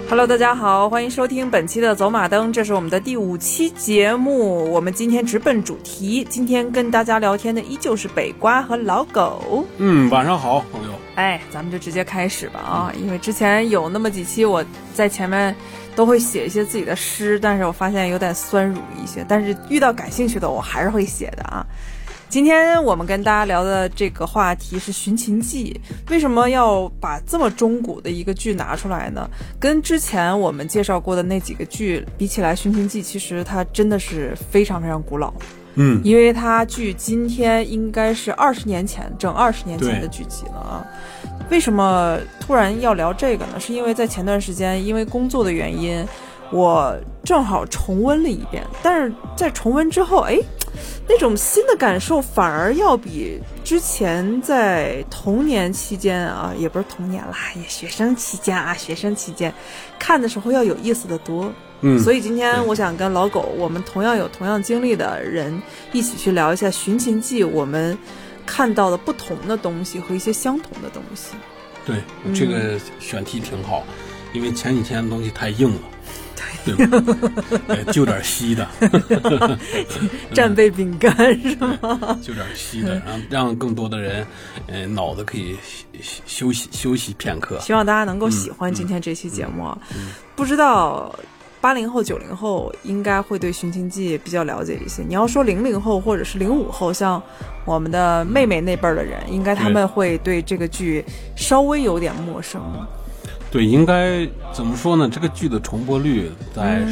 Hello， 大家好，欢迎收听本期的走马灯，这是我们的第5期节目。我们今天直奔主题，今天跟大家聊天的依旧是北瓜和老狗。 晚上好，朋友。 咱们就直接开始吧啊！因为之前有那么几期我在前面都会写一些自己的诗，但是我发现有点酸乳一些，但是遇到感兴趣的我还是会写的啊。今天我们跟大家聊的这个话题是《寻秦记》，为什么要把这么中古的一个剧拿出来呢？跟之前我们介绍过的那几个剧比起来，《寻秦记》其实它真的是非常非常古老。因为它距今天应该是20年前，整20年前的剧集了啊。为什么突然要聊这个呢？是因为在前段时间因为工作的原因，我正好重温了一遍，但是在重温之后那种新的感受反而要比之前在童年期间啊，也不是童年啦，也学生期间看的时候要有意思的多。所以今天我想跟老狗，我们同样经历的人一起去聊一下《寻秦记》，我们看到的不同的东西和一些相同的东西。 对，这个选题挺好，因为前几天的东西太硬了。对吧？就点稀的战备饼干是吗？ 就点稀的，让更多的人脑子可以休息片刻。 希望大家能够喜欢今天这期节目。不知道80后90后应该会对《寻秦记》比较了解一些，你要说00后或者是05后，像我们的妹妹那辈的人，应该他们会对这个剧稍微有点陌生。 对，应该怎么说呢？这个剧的重播率在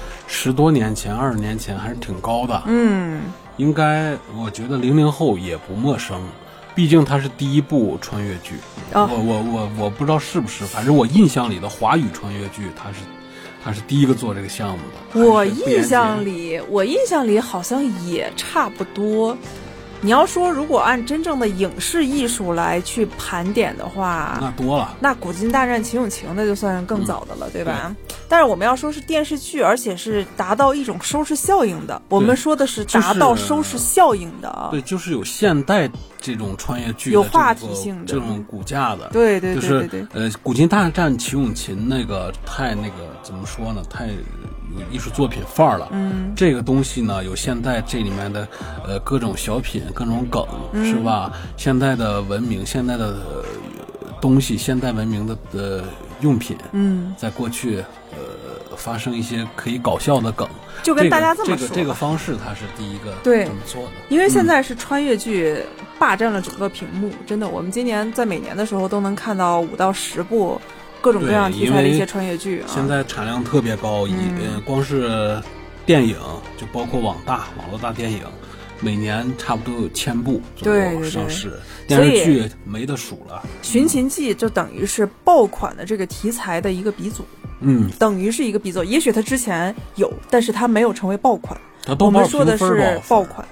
10多年前、20年前还是挺高的。应该我觉得00后也不陌生，毕竟它是第一部穿越剧。我不知道是不是，反正我印象里的华语穿越剧，它是第一个做这个项目的。 我印象里好像也差不多。你要说如果按真正的影视艺术来去盘点的话， 那多了， 那古今大战秦俑情那就算更早的了，对吧？但是我们要说是电视剧，而且是达到一种收视效应的，我们说的是达到收视效应的。 对，就是有现代这种穿越剧的有话题性的这种骨架的。 对， 就是古今大战秦俑情那个太怎么说呢？太有艺术作品范儿了。这个东西呢，有现代这里面的各种小品、各种梗，是吧？现代的文明、现代的东西、现代文明的用品，在过去发生一些可以搞笑的梗， 就跟大家这么说， 这个方式它是第一个这么做的。 因为现在是穿越剧霸占了整个屏幕，真的，我们今年在每年的时候都能看到5到10部各种各样题材的一些穿越剧。 现在产量特别高，光是电影就包括网络大电影，每年差不多有1000部左右上市。电视剧没得数了。 寻秦记就等于是爆款的这个题材的一个鼻祖。等于是一个鼻祖。也许它之前有，但是它没有成为爆款。我们说的是爆款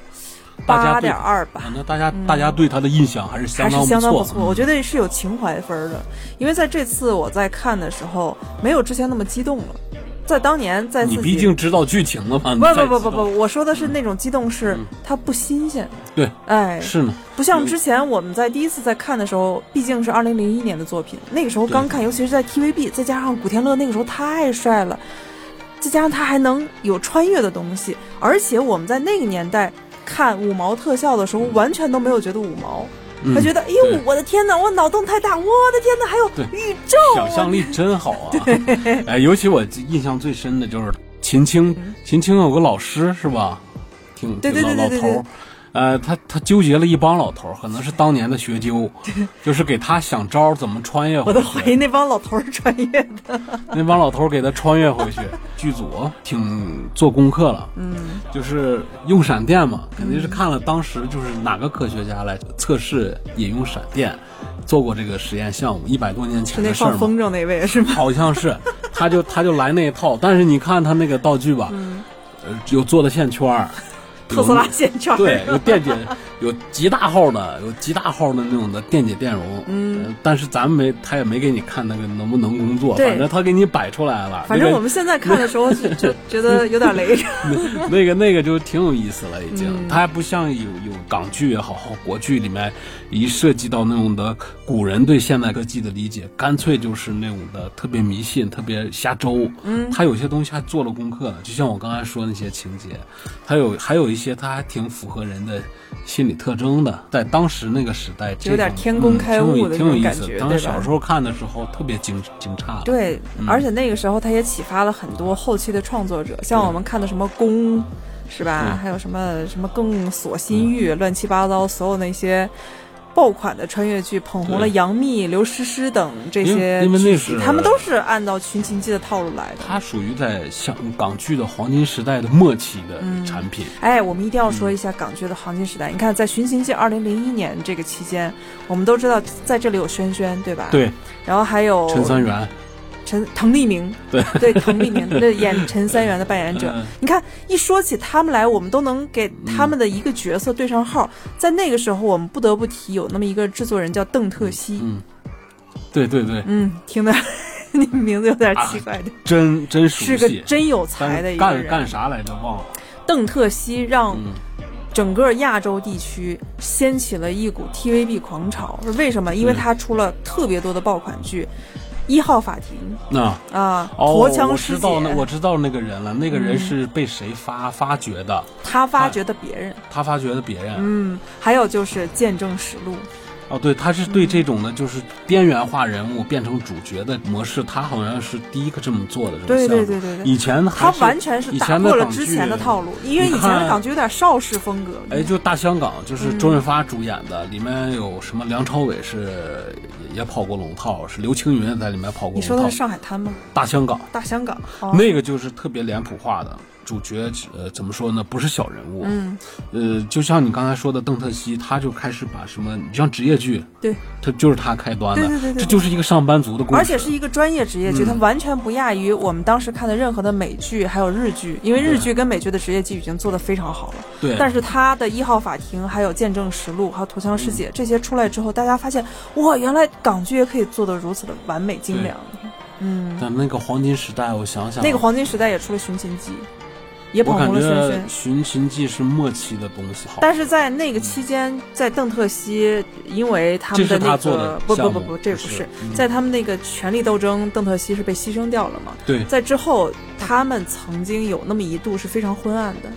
，8.2吧。 那大家对它的印象还是相当不错。 我觉得是有情怀分的，因为在这次我在看的时候，没有之前那么激动了。在当年，在自己你毕竟知道剧情了嘛？ 不，我说的是那种激动是它不新鲜。 对，是呢。 不像之前我们在第一次在看的时候，毕竟是2001年的作品，那个时候刚看，尤其是在 TVB， 再加上古天乐那个时候太帅了，再加上他还能有穿越的东西，而且我们在那个年代看5毛特效的时候，完全都没有觉得5毛。他觉得哎呦我的天哪，我脑洞太大，我的天哪，还有宇宙， 想象力真好啊。尤其我印象最深的就是秦青有个老师是吧，挺老头，他纠结了一帮老头，可能是当年的学究，就是给他想招怎么穿越回去。 我都怀疑那帮老头是穿越的。 那帮老头给他穿越回去，剧组挺做功课了。就是用闪电嘛，肯定是看了当时就是哪个科学家来测试引用闪电，做过这个实验项目，100多年前的事儿嘛。 是那放风筝那位是吗？ 好像是，他就来那一套，但是你看他那个道具吧，有做的线圈， 特斯拉线圈， 对，有电解，有极大号的那种的电解电容，但是他也没给你看那个能不能工作，反正他给你摆出来了。 反正我们现在看的时候就觉得有点雷。 那个就挺有意思了，已经，它还不像有港剧也好，国剧里面一涉及到那种的古人对现代科技的理解，干脆就是那种的特别迷信、特别瞎周。他有些东西还做了功课的，就像我刚才说那些情节，还有一些他还挺符合人的心理特征的，在当时那个时代， 有点天工开物的那种感觉。 当时小时候看的时候特别惊诧。 对，而且那个时候他也启发了很多后期的创作者，像我们看的什么宫，是吧？还有什么更锁心玉，乱七八糟，所有那些爆款的穿越剧，捧红了杨幂、刘诗诗等这些因为那是他们都是按照《寻秦记》的套路来的。 它属于在像港剧的黄金时代的末期的产品。 我们一定要说一下港剧的黄金时代。你看，在《寻秦记》2001年这个期间，我们都知道在这里有轩轩，对吧？ 对。 然后还有陈三元。 滕丽明，对滕丽明的演陈三元的扮演者。你看，一说起他们来，我们都能给他们的一个角色对上号。在那个时候，我们不得不提有那么一个制作人叫邓特希。 对， 听的你名字有点奇怪的， 真熟悉， 是个真有才的一个人。 干啥来着？忘了。 邓特希让整个亚洲地区掀起了一股 TVB 狂潮。为什么？因为他出了特别多的爆款剧。1号法庭驼枪师姐， 我知道那个人了，那个人是被谁发掘的？ 他发掘的别人，还有就是见证实录。 对，他是对这种的，就是边缘化人物变成主角的模式，他好像是第一个这么做的。 对。 以前他完全是打破了之前的套路，因为以前的港剧有点邵氏风格。 就大香港，就是周润发主演的，里面有什么梁朝伟是也跑过龙套，是刘青云在里面跑过龙套。 你说的是上海滩吗？ 大香港， 那个就是特别脸谱化的。主角怎么说呢？不是小人物，就像你刚才说的邓特希，他就开始把什么，你像职业剧， 对， 他就是他开端的， 对， 这就是一个上班族的故事， 而且是一个专业职业剧，它完全不亚于我们当时看的任何的美剧还有日剧，因为日剧跟美剧的职业剧已经做得非常好了， 对。 但是他的1号法庭，还有见证实录，还有驼枪师姐这些出来之后，大家发现哇，原来港剧也可以做得如此的完美精良。 但那个黄金时代，我想想， 那个黄金时代也出了《寻秦记》。也捧红了轩轩。 《寻秦记》是末期的东西， 但是在那个期间，在邓特希，因为他们的那个不，这不是在他们那个权力斗争，邓特希是被牺牲掉了嘛？ 对， 在之后，他们曾经有那么一度是非常昏暗的。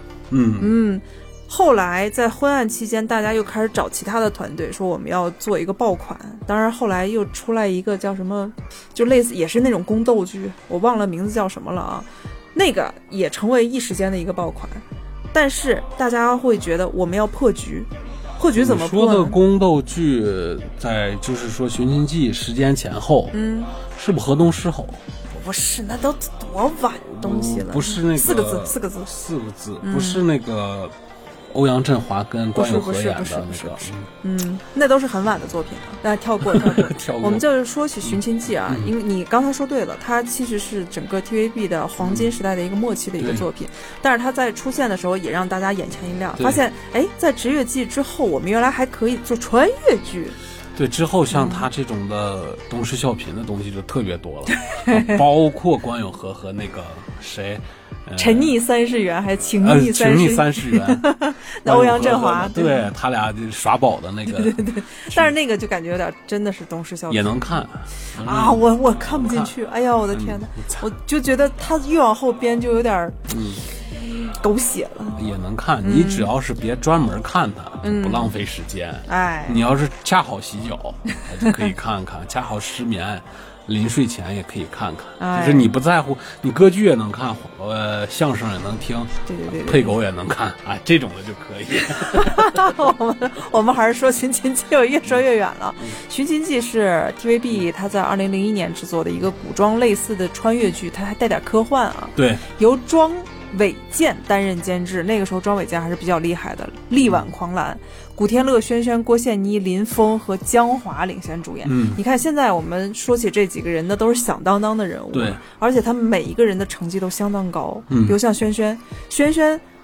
后来在昏暗期间，大家又开始找其他的团队，说我们要做一个爆款。当然后来又出来一个叫什么，就类似也是那种宫斗剧，我忘了名字叫什么了啊。那个也成为一时间的一个爆款，但是大家会觉得我们要破局怎么破呢？ 说的宫斗剧在就是说《寻秦记》时间前后，是不河东狮吼？ 不是，那都多晚东西了？ 不是那个四个字， 不是那个欧阳震华跟关咏荷演的那个， 那都是很晚的作品了，大家跳过。我们就是说起《寻秦记》啊，因为你刚才说对了，它其实是整个 TVB 的黄金时代的一个末期的一个作品，但是它在出现的时候也让大家眼前一亮，发现在职业剧之后，我们原来还可以做穿越剧。 对，之后像他这种的东施效颦的东西就特别多了，包括关咏荷和那个谁。 沉溺30元还情溺 30元那欧阳震华， 对他俩耍宝的那个， 对，但是那个就感觉有点真的是东施效颦， 也能看啊，我看不进去，哎呀，我的天哪，我就觉得他越往后编就有点狗血了。 也能看，你只要是别专门看它，不浪费时间。你要是恰好洗脚，就可以看看；恰好失眠，临睡前也可以看看。就是你不在乎，你歌剧也能看，相声也能听， 对， 配狗也能看，这种的就可以。 我们还是说《寻秦记》，我越说越远了。《寻秦记》是 TVB 它在2001年制作的一个古装类似的穿越剧，它还带点科幻啊。 对， 由庄伟健担任监制，那个时候庄伟健还是比较厉害的，力挽狂澜，古天乐、轩轩、郭羡妮、林峰和姜华领衔主演。你看现在我们说起这几个人呢，都是响当当的人物， 对， 而且他们每一个人的成绩都相当高。比如像轩轩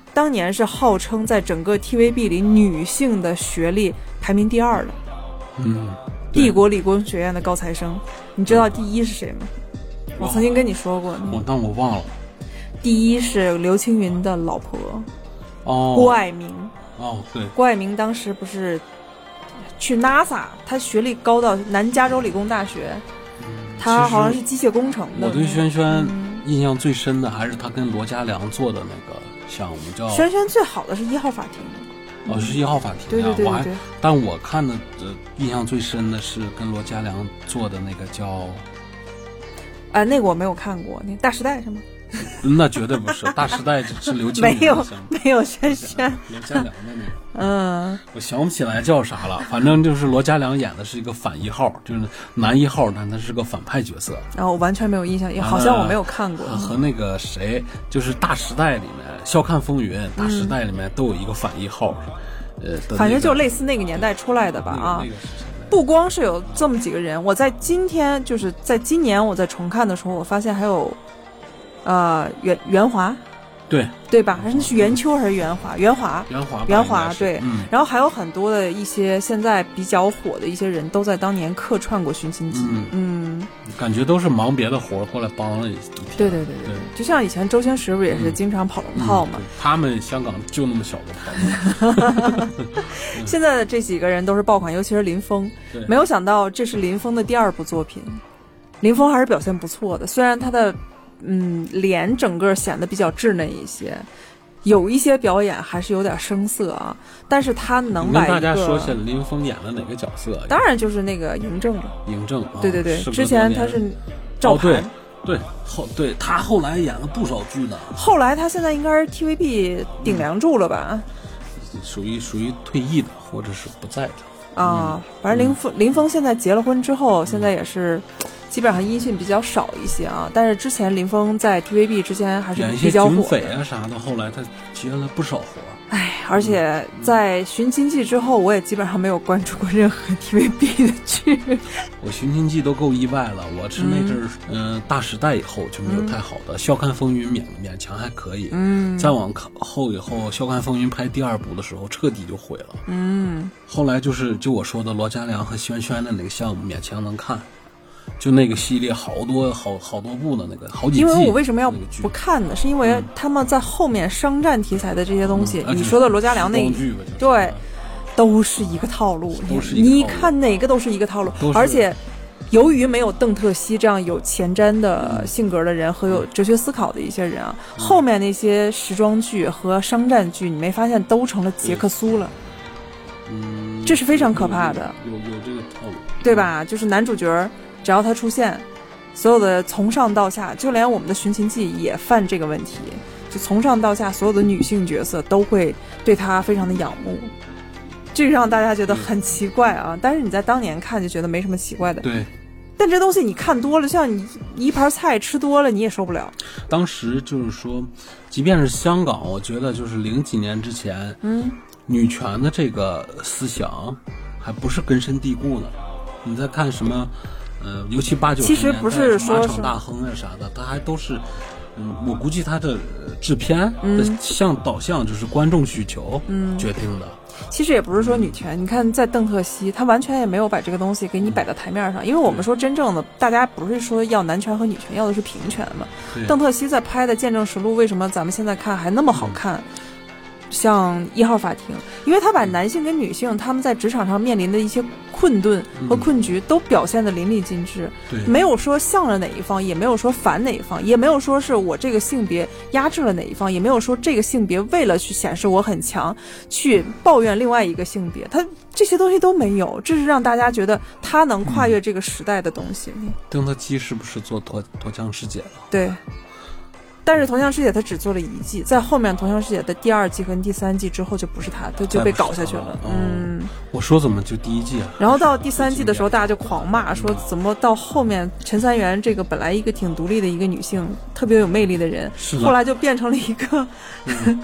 当年是号称在整个 TVB 里女性的学历排名第2的。帝国理工学院的高材生，你知道第1是谁吗？我曾经跟你说过， 但我忘了。 第1是刘青云的老婆，郭爱明。 对， 郭爱明当时不是去 NASA， 他学历高到南加州理工大学，他好像是机械工程的。 我对轩轩印象最深的还是他跟罗嘉良做的那个项目，叫轩轩最好的是1号法庭。 是1号法庭。 对， 但我看的印象最深的是跟罗嘉良做的那个叫那个我没有看过，那大时代是吗？ 那绝对不是，大时代是刘青云的， 没有轩轩， 罗嘉良的那个。我想不起来叫啥了，反正就是罗嘉良演的是一个反1号，就是男1号，但他是个反派角色。 我完全没有印象，好像我没有看过。 和那个谁，就是大时代里面笑看风云，大时代里面都有一个反1号， 反正就类似那个年代出来的吧。不光是有这么几个人，我在今年我在重看的时候，我发现还有袁华，对吧？那是袁秋还是袁华？袁华对。然后还有很多的一些现在比较火的一些人都在当年客串过《寻秦记》。 感觉都是忙别的活过来帮了一天。 对，就像以前周星驰不也是经常跑龙套嘛？ 他们香港就那么小个跑。 现在的这几个人都是爆款，尤其是林峰。没有想到这是林峰的第2部作品，林峰还是表现不错的，虽然他的脸整个显得比较稚嫩一些，有一些表演还是有点生涩啊，但是他能把一个， 跟大家说一下林峰演的哪个角色？ 当然就是那个嬴政了。 嬴政， 对，之前他是赵盘。 对，他后来演了不少剧呢。 后来他现在应该是 TVB 顶梁柱了吧？ 属于退役的，或者是不在的。反正林峰现在结了婚之后，现在也是基本上音讯比较少一些啊。但是之前林峰在 TVB 之前还是比较火的， 演一些警匪啊啥的，后来他接了不少活。 而且在《寻秦记》之后，我也基本上没有关注过任何 TVB 的剧。 我《寻秦记》都够意外了，我是那阵儿，大时代以后就没有太好的，笑看风云勉强还可以。再往后以后，笑看风云拍第2部的时候，彻底就毁了。后来就我说的罗嘉良和轩轩的那个项目勉强能看。就那个系列好多部的那个好几季。 因为我为什么要不看呢？是因为他们在后面商战题材的这些东西，你说的罗嘉良那个，对，都是一个套路。你看哪个都是一个套路，而且由于没有邓特希这样有前瞻的性格的人和有哲学思考的一些人啊，后面那些时装剧和商战剧，你没发现都成了杰克苏了？这是非常可怕的。 有这个套路， 对吧？就是男主角只要他出现，所有的从上到下，就连我们的《寻秦记》也犯这个问题，就从上到下所有的女性角色都会对他非常的仰慕，这让大家觉得很奇怪啊。但是你在当年看就觉得没什么奇怪的。 对。 但这东西你看多了，像你一盘菜吃多了你也受不了。 当时就是说，即便是香港，我觉得就是00几年之前，女权的这个思想还不是根深蒂固呢。你在看什么？尤其80、90年代， 其实不是说马场大亨啊啥的，它还都是，我估计它的制片的导向就是观众需求决定的。 其实也不是说女权，你看在邓特希，他完全也没有把这个东西给你摆到台面上，因为我们说真正的大家不是说要男权和女权，要的是平权嘛。邓特希在拍的《见证实录》，为什么咱们现在看还那么好看？像1号法庭，因为他把男性跟女性他们在职场上面临的一些困顿和困局都表现得淋漓尽致，没有说向着哪一方，也没有说反哪一方，也没有说是我这个性别压制了哪一方，也没有说这个性别为了去显示我很强去抱怨另外一个性别，他这些东西都没有，这是让大家觉得他能跨越这个时代的东西。 邓特希是不是做陀枪师姐了？ 对，但是《陀枪师姐》他只做了1季，在后面《陀枪师姐》的第2季和第3季之后就不是他就被搞下去了。 我说怎么就第1季啊？ 然后到第3季的时候，大家就狂骂说，怎么到后面陈三元这个本来一个挺独立的一个女性，特别有魅力的人，后来就变成了一个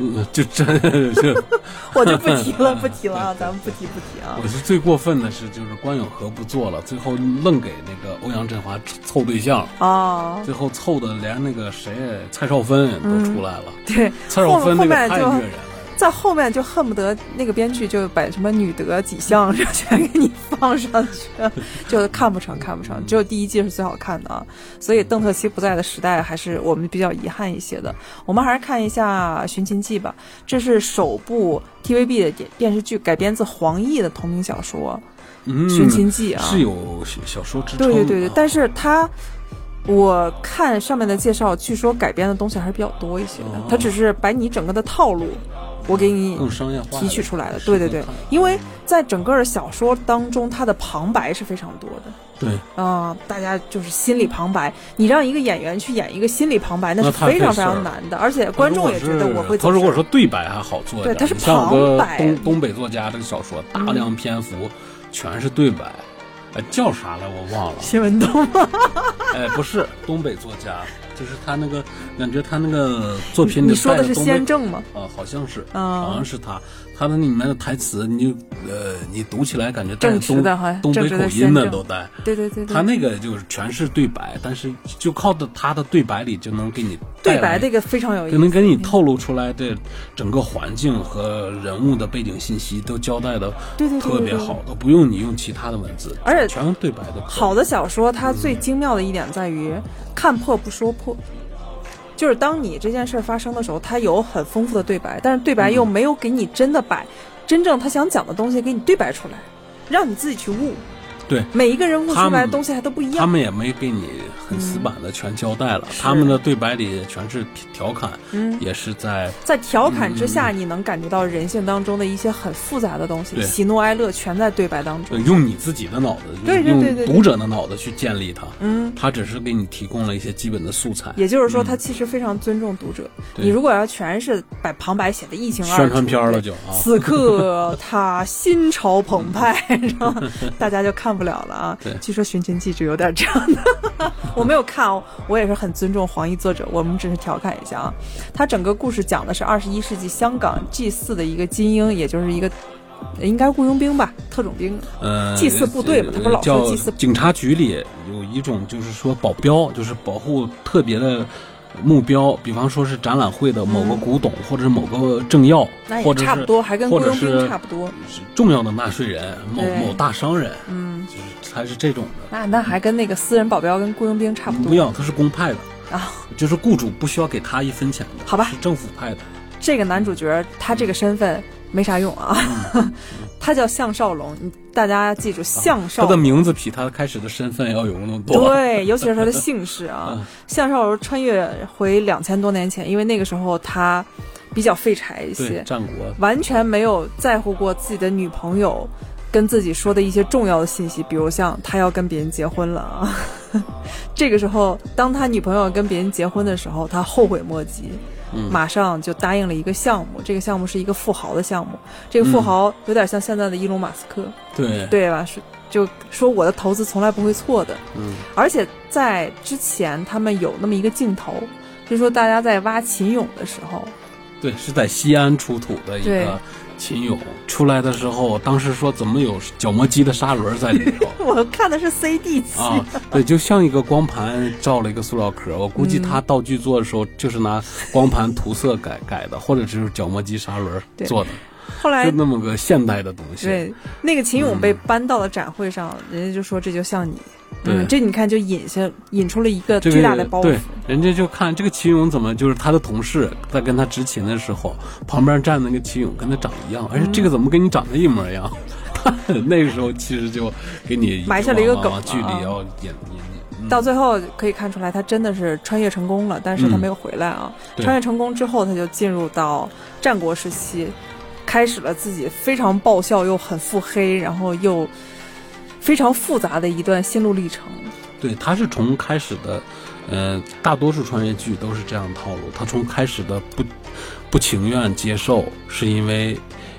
就真是我就不提了，不提了啊，咱们不提啊。 我是最过分的是，就是关咏荷不做了，最后愣给那个欧阳震华凑对象啊， 最后凑的连那个谁蔡少芬都出来了。 对， 蔡少芬那个太虐人了。 在后面就恨不得那个编剧就把什么女德几项全给你放上去，就看不成。只有第一季是最好看的啊，所以邓特期不在的时代还是我们比较遗憾一些的。我们还是看一下《寻秦记》吧，这是首部 TVB 的电视剧，改编自黄易的同名小说《寻秦记》啊， 是有小说支撑。 对，但是我看上面的介绍，据说改编的东西还是比较多一些的，它只是把你整个的套路我给你更商业化提取出来的。对，因为在整个的小说当中，它的旁白是非常多的。 对大家就是心理旁白，你让一个演员去演一个心理旁白，那是非常非常难的，而且观众也觉得我会他如果说对白还好做一点， 对，他是旁白。 东北作家这个小说大量篇幅全是对白。叫啥来我忘了， 谢文东吗？ 不是东北作家，就是他那个感觉他那个作品里你说的是先正吗？ 好像是，好像是他的里面的台词，你读起来感觉带东北口音的都带。 对， 他那个就是全是对白，但是就靠的他的对白里就能给你对白，这个非常有意思， 就能给你透露出来这整个环境和人物的背景信息都交代的特别好，都不用你用其他的文字， 而且全用对白的。 好的小说它最精妙的一点在于看破不说破。就是当你这件事发生的时候，它有很丰富的对白，但是对白又没有给你真的把真正他想讲的东西给你对白出来，让你自己去悟。 对， 每一个人悟出来的东西还都不一样。 他们也没给你很死板的全交代了，他们的对白里全是调侃，也是在调侃之下，你能感觉到人性当中的一些很复杂的东西，喜怒哀乐全在对白当中。 用你自己的脑子，用读者的脑子去建立它。他只是给你提供了一些基本的素材。 也就是说，他其实非常尊重读者。你如果要全是把旁白写的一清二楚， 宣传片了就此刻他心潮澎湃，然后大家就看不了了啊！据说《寻秦记》就有点这样的，我没有看哦，我也是很尊重黄易作者，我们只是调侃一下啊。他整个故事讲的是21世纪香港G4的一个精英，也就是一个应该雇佣兵吧，特种兵，祭祀部队吧，他不是老说祭祀部。 警察局里有一种就是说保镖，就是保护特别的目标，比方说是展览会的某个古董，或者是某个政要， 或者差不多，还跟雇佣兵差不多， 重要的纳税人，某大商人，就是还是这种的。那还跟那个私人保镖跟雇佣兵差不多。 不一样，他是公派的啊，就是雇主不需要给他1分钱的， 好吧， 是政府派的。 这个男主角他这个身份没啥用啊，他叫项少龙，大家记住项少龙， 他的名字比他开始的身份要有那么多。 对，尤其是他的姓氏啊，项少龙穿越回2000多年前，因为那个时候他比较废柴一些， 战国完全没有在乎过自己的女朋友跟自己说的一些重要的信息，比如像他要跟别人结婚了啊。这个时候当他女朋友跟别人结婚的时候，他后悔莫及，马上就答应了一个项目，这个项目是一个富豪的项目，这个富豪有点像现在的伊隆马斯克，对吧？就说我的投资从来不会错的，而且在之前他们有那么一个镜头，就是说大家在挖秦俑的时候， 对，是在西安出土的一个秦俑，出来的时候，当时说怎么有角磨机的砂轮在里头？ 我看的是 CD 机啊，对，就像一个光盘罩了一个塑料壳。我估计他道具做的时候就是拿光盘涂色改的，或者是角磨机砂轮做的。 后来就那么个现代的东西。 对，那个秦俑被搬到了展会上，人家就说这就像你。这你看就引出了一个巨大的包袱。 对，人家就看这个秦俑怎么就是他的同事在跟他执勤的时候，旁边站那个秦俑跟他长一样，而且这个怎么跟你长得一模一样？那个时候其实就给你埋下了一个梗， 距离要演。 到最后可以看出来，他真的是穿越成功了，但是他没有回来啊。穿越成功之后，他就进入到战国时期，开始了自己非常爆笑又很腹黑，然后又非常复杂的一段心路历程。 对，他是从开始的，大多数穿越剧都是这样套路。他从开始的不情愿接受，是因为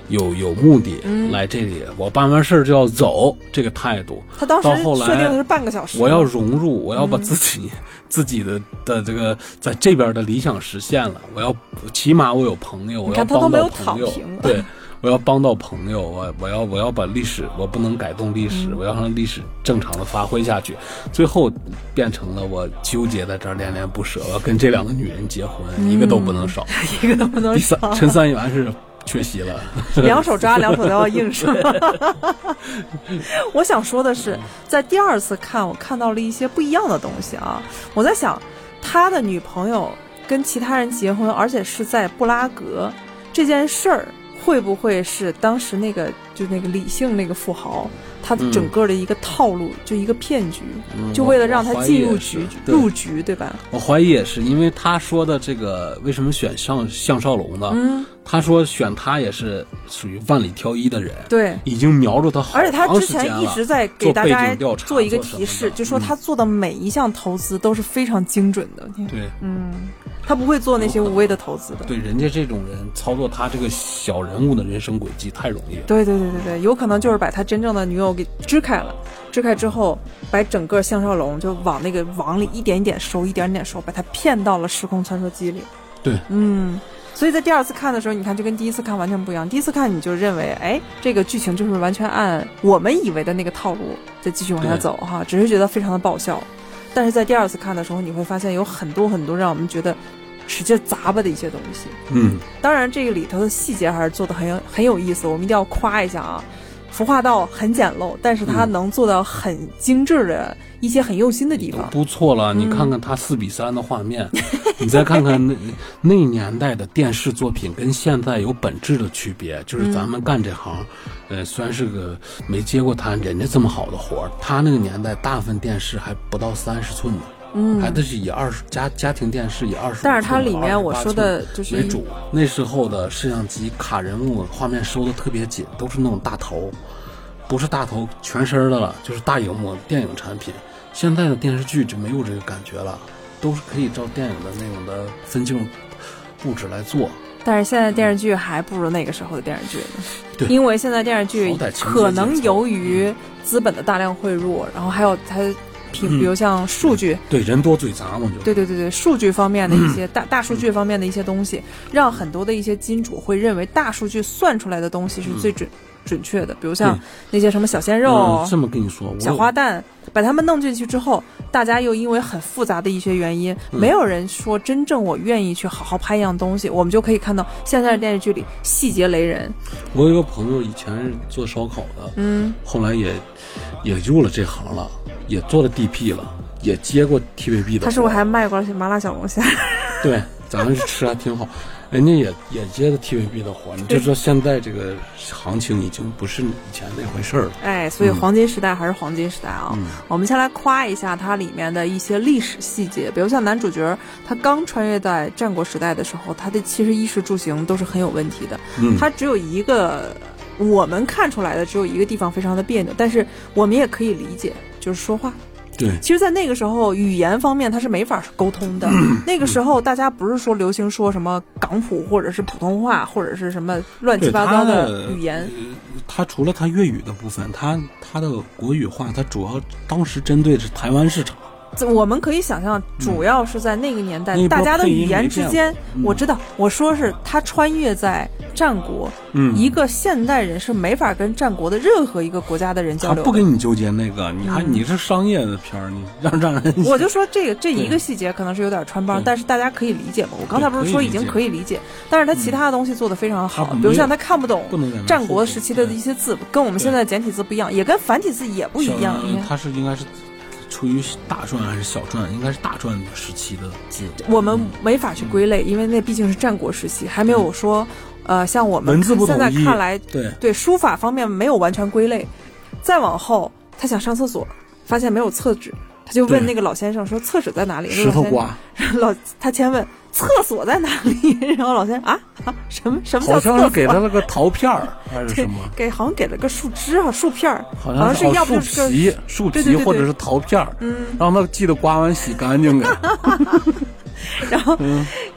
有目的来这里，我办完事就要走，这个态度。 他当时到后来设定的是半个小时， 我要融入，我要把自己的这个在这边的理想实现了，我要起码我有朋友，我要帮到朋友，对。我要帮到朋友，我要把历史，我不能改动历史，我要让历史正常的发挥下去。最后变成了我纠结在这儿恋恋不舍，我要跟这2个女人结婚，一个都不能少， 一个都不能少。 陈三元是缺席了， 两手抓，两手都要硬是。我想说的是，在第2次看，我看到了一些不一样的东西啊。我在想，他的女朋友跟其他人结婚，而且是在布拉格这件事儿。会不会是当时那个李姓那个富豪，他整个的一个套路，就一个骗局，就为了让他进入局，对吧？ 我怀疑也是，因为他说的这个为什么选项少龙呢？他说选他也是属于万里挑一的人， 对， 已经瞄着他好长时间了。 而且他之前一直在给大家做一个提示，就说他做的每一项投资都是非常精准的。 对， 他不会做那些无谓的投资的。 对，人家这种人操作他这个小人物的人生轨迹太容易了。 对，有可能就是把他真正的女友给支开了，支开之后，把整个项少龙就往那个网里一点一点收，把他骗到了时空穿梭机里。 对， 所以在第2次看的时候，你看就跟第1次看完全不一样。第1次看你就认为，哎，这个剧情就是完全按我们以为的那个套路再继续往下走哈，只是觉得非常的爆笑。但是在第2次看的时候，你会发现有很多很多让我们觉得使劲砸吧的一些东西。当然这个里头的细节还是做的很有意思，我们一定要夸一下啊。服化道很简陋，但是他能做到很精致的一些很用心的地方， 不错了。你看看他4:3的画面，你再看看那年代的电视作品跟现在有本质的区别。就是咱们干这行，虽然是个没接过人家这么好的活，他那个年代大部分电视还不到30寸呢。还得是以家庭电视以25寸， 但是它里面我说的就是为主。那时候的摄像机卡人物，画面收的特别紧，都是那种大头，不是大头全身的了，就是大荧幕电影产品。现在的电视剧就没有这个感觉了，都是可以照电影的那种的分镜布置来做。 但是现在电视剧还不如那个时候的电视剧呢。对，因为现在电视剧可能由于资本的大量汇入，然后还有它。比如像数据， 对人多嘴杂嘛，就对，数据方面的一些大数据方面的一些东西，让很多的一些金主会认为大数据算出来的东西是最准确的。比如像那些什么小鲜肉， 这么跟你说， 小花旦，把他们弄进去之后，大家又因为很复杂的一些原因，没有人说真正我愿意去好好拍一样东西。我们就可以看到现在的电视剧里细节雷人。 我有一个朋友以前是做烧烤的，后来也入了这行了。也做了 DP 了，也接过 TVB 的。 他是不是还卖过麻辣小龙虾？ 对，咱们吃还挺好。人家也接的 TVB 的活，你就知道现在这个行情已经不是以前那回事了。 哎，所以黄金时代还是黄金时代啊。我们先来夸一下它里面的一些历史细节，比如像男主角他刚穿越在战国时代的时候，他的其实衣食住行都是很有问题的。他只有一个。我们看出来的只有一个地方非常的别扭，但是我们也可以理解，就是说话。 对， 其实在那个时候语言方面它是没法沟通的。那个时候大家不是说流行说什么港普或者是普通话或者是什么乱七八糟的语言。 他除了他粤语的部分，他的国语化，他主要当时针对的是台湾市场。 我们可以想象，主要是在那个年代，大家的语言之间，我知道，我说是他穿越在战国，一个现代人是没法跟战国的任何一个国家的人交流的。 他不跟你纠结那个，你是商业的片儿，你让人。 我就说这一个细节可能是有点穿帮，但是大家可以理解嘛。我刚才不是说已经可以理解，但是他其他的东西做得非常好，比如像他看不懂战国时期的一些字，跟我们现在的简体字不一样，也跟繁体字也不一样。 他是应该是。处于大篆还是小篆？应该是大篆时期的字， 我们没法去归类，因为那毕竟是战国时期，还没有说，像我们现在看来，对书法方面没有完全归类。再往后，他想上厕所，发现没有厕纸，他就问那个老先生说：“厕纸在哪里？” 石头瓜。 他先问厕所在哪里，然后老先生什么叫厕所？ 好像是给他了个陶片还是什么？ 好像给了个树枝树片， 好像是要不就是树皮或者是陶片，让他记得刮完洗干净的。 然后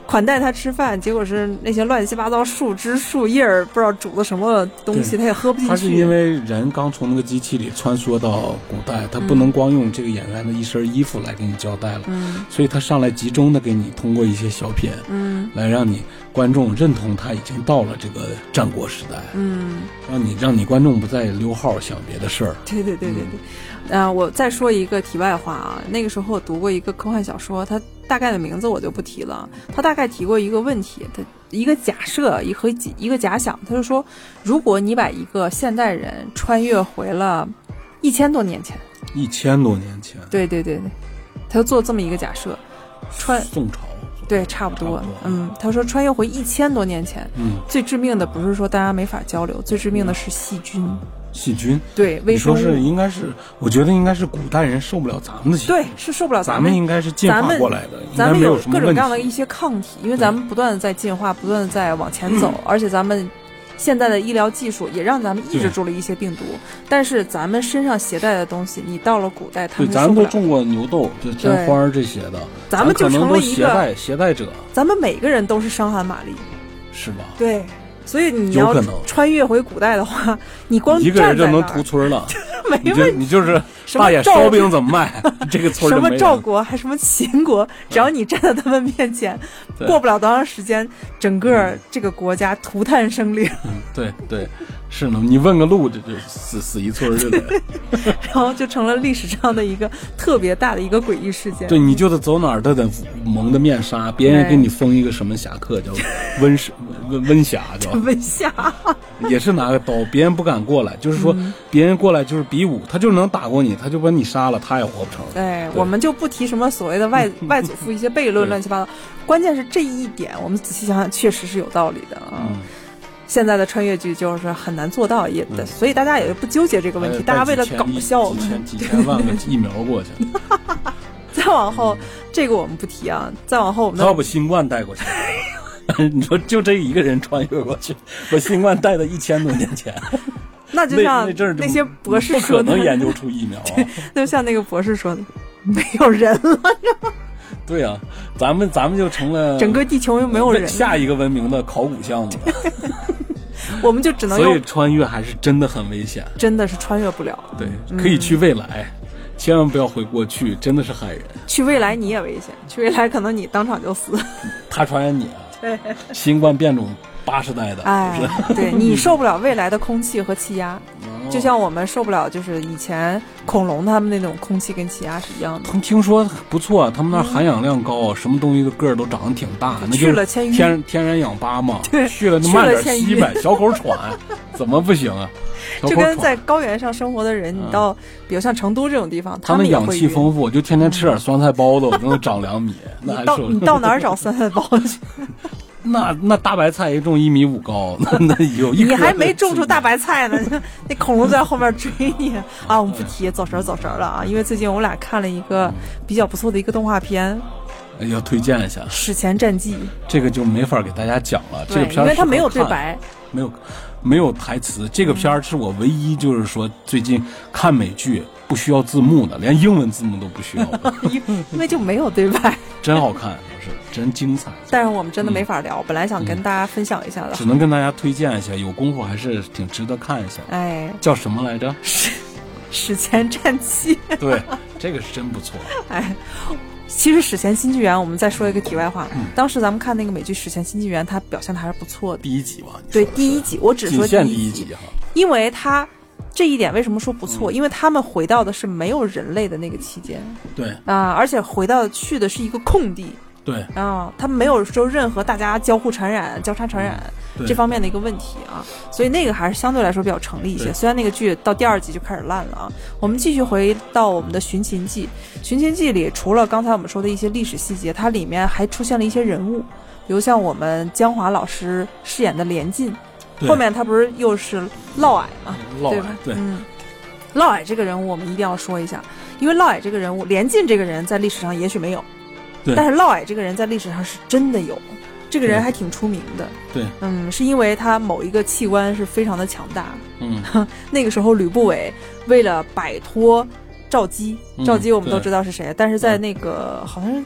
款待他吃饭，结果是那些乱七八糟树枝树叶不知道煮的什么东西，他也喝不进去。 他是因为人刚从那个机器里穿梭到古代，他不能光用这个演员的一身衣服来给你交代了，所以他上来集中的给你通过一些小品，来让你观众认同他已经到了这个战国时代，让你观众不再溜号想别的事儿。 对，我再说一个题外话啊，那个时候我读过一个科幻小说，它大概的名字我就不提了，他大概提过一个问题，他一个假设和一个假想，他就说，如果你把一个现代人穿越回了1000多年前 ，1000多年前， 对，他就做这么一个假设， 宋朝。 对，差不多。他说穿越回1000多年前，最致命的不是说大家没法交流，最致命的是细菌。 细菌， 对，微生物。 你说是应该是，我觉得应该是古代人受不了咱们的细菌， 对，是受不了咱们应该是进化过来的， 咱们有各种各样的一些抗体，因为咱们不断的在进化，不断的在往前走，而且咱们现在的医疗技术也让咱们抑制住了一些病毒，但是咱们身上携带的东西，你到了古代，他们对，咱们都种过牛痘、就天花这些的， 咱们就成了一个携带者， 咱们每个人都是伤寒玛丽， 是吧？ 对。所以你要穿越回古代的话，你光一个人就能屠村了， 没问题。 你就是大爷烧饼怎么卖？这个村什么赵国还什么秦国，只要你站在他们面前，过不了多长时间，整个这个国家涂炭生灵。 对，是呢。你问个路，就死一村似的， 然后就成了历史上的一个特别大的一个诡异事件。 对，你就得走哪儿都得蒙着面纱，别人给你封一个什么侠客，叫温侠，叫温侠， 也是拿个刀，别人不敢过来，就是说别人过来就是比武，他就能打过你，他就把你杀了，他也活不成。 对，我们就不提什么所谓的外祖父一些悖论乱七八糟，关键是这一点，我们仔细想想，确实是有道理的啊。现在的穿越剧就是很难做到，所以大家也不纠结这个问题，大家为了搞笑， 几千万个疫苗过去。 再往后，这个我们不提啊。再往后，我们他要把新冠带过去。你说就这一个人穿越过去，把新冠带到1000多年前， 那就像那些博士说的， 不可能研究出疫苗啊。 那就像那个博士说的，没有人了。 对啊，咱们就成了整个地球又没有人， 下一个文明的考古项目。 我们就只能所以穿越还是真的很危险， 真的是穿越不了。 对，可以去未来，千万不要回过去，真的是害人。 去未来你也危险，去未来可能你当场就死。 他传染你， 对， 新冠变种80代的， 哎，对，你受不了未来的空气和气压。就像我们受不了，就是以前恐龙他们那种空气跟气压是一样的。 听说不错，他们那儿含氧量高，什么东西的个儿都长得挺大，那去了千天然氧吧嘛。 对， 去了慢点吸呗，小口喘，怎么不行啊？ 就跟在高原上生活的人，你到比如像成都这种地方， 他们氧气丰富，就天天吃点酸菜包子，我都能长2米。 你到哪儿找酸菜包子去？ 那大白菜也种1.5米高，那有一你还没种出大白菜呢，那恐龙在后面追你啊！我们不提，走神了啊！因为最近我们俩看了一个比较不错的一个动画片， 要推荐一下《 史前战记》。这个就没法给大家讲了，这个片因为它没有对白， 没有台词。这个片儿是我唯一就是说最近看美剧不需要字幕的，连英文字幕都不需要的， 因为就没有对白， 真好看。真精彩， 但是我们真的没法聊，本来想跟大家分享一下的， 只能跟大家推荐一下，有功夫还是挺值得看一下。 哎， 叫什么来着？ 史前战记。 对，这个是真不错。 哎，其实史前新纪元，我们再说一个题外话，当时咱们看那个美剧《史前新纪元》，它表现的还是不错的。 第1集吧？ 对，第1集，我只说第一集哈， 因为它这一点为什么说不错？因为他们回到的是没有人类的那个期间。 对啊，而且去的是一个空地。 对啊，他们没有说任何大家交叉传染这方面的一个问题啊，所以那个还是相对来说比较成立一些。虽然那个剧到第2集就开始烂了啊。我们继续回到我们的《寻秦记》，《寻秦记》里除了刚才我们说的一些历史细节，它里面还出现了一些人物，比如像我们江华老师饰演的连晋，后面他不是又是嫪毐嘛，对吧？ 对， 嫪毐这个人物我们一定要说一下，因为嫪毐这个人物，连晋这个人在历史上也许没有。但是嫪毐这个人在历史上是真的有，这个人还挺出名的。 对， 是因为他某一个器官是非常的强大。那个时候吕不韦为了摆脱赵姬，赵姬我们都知道是谁，但是在那个好像是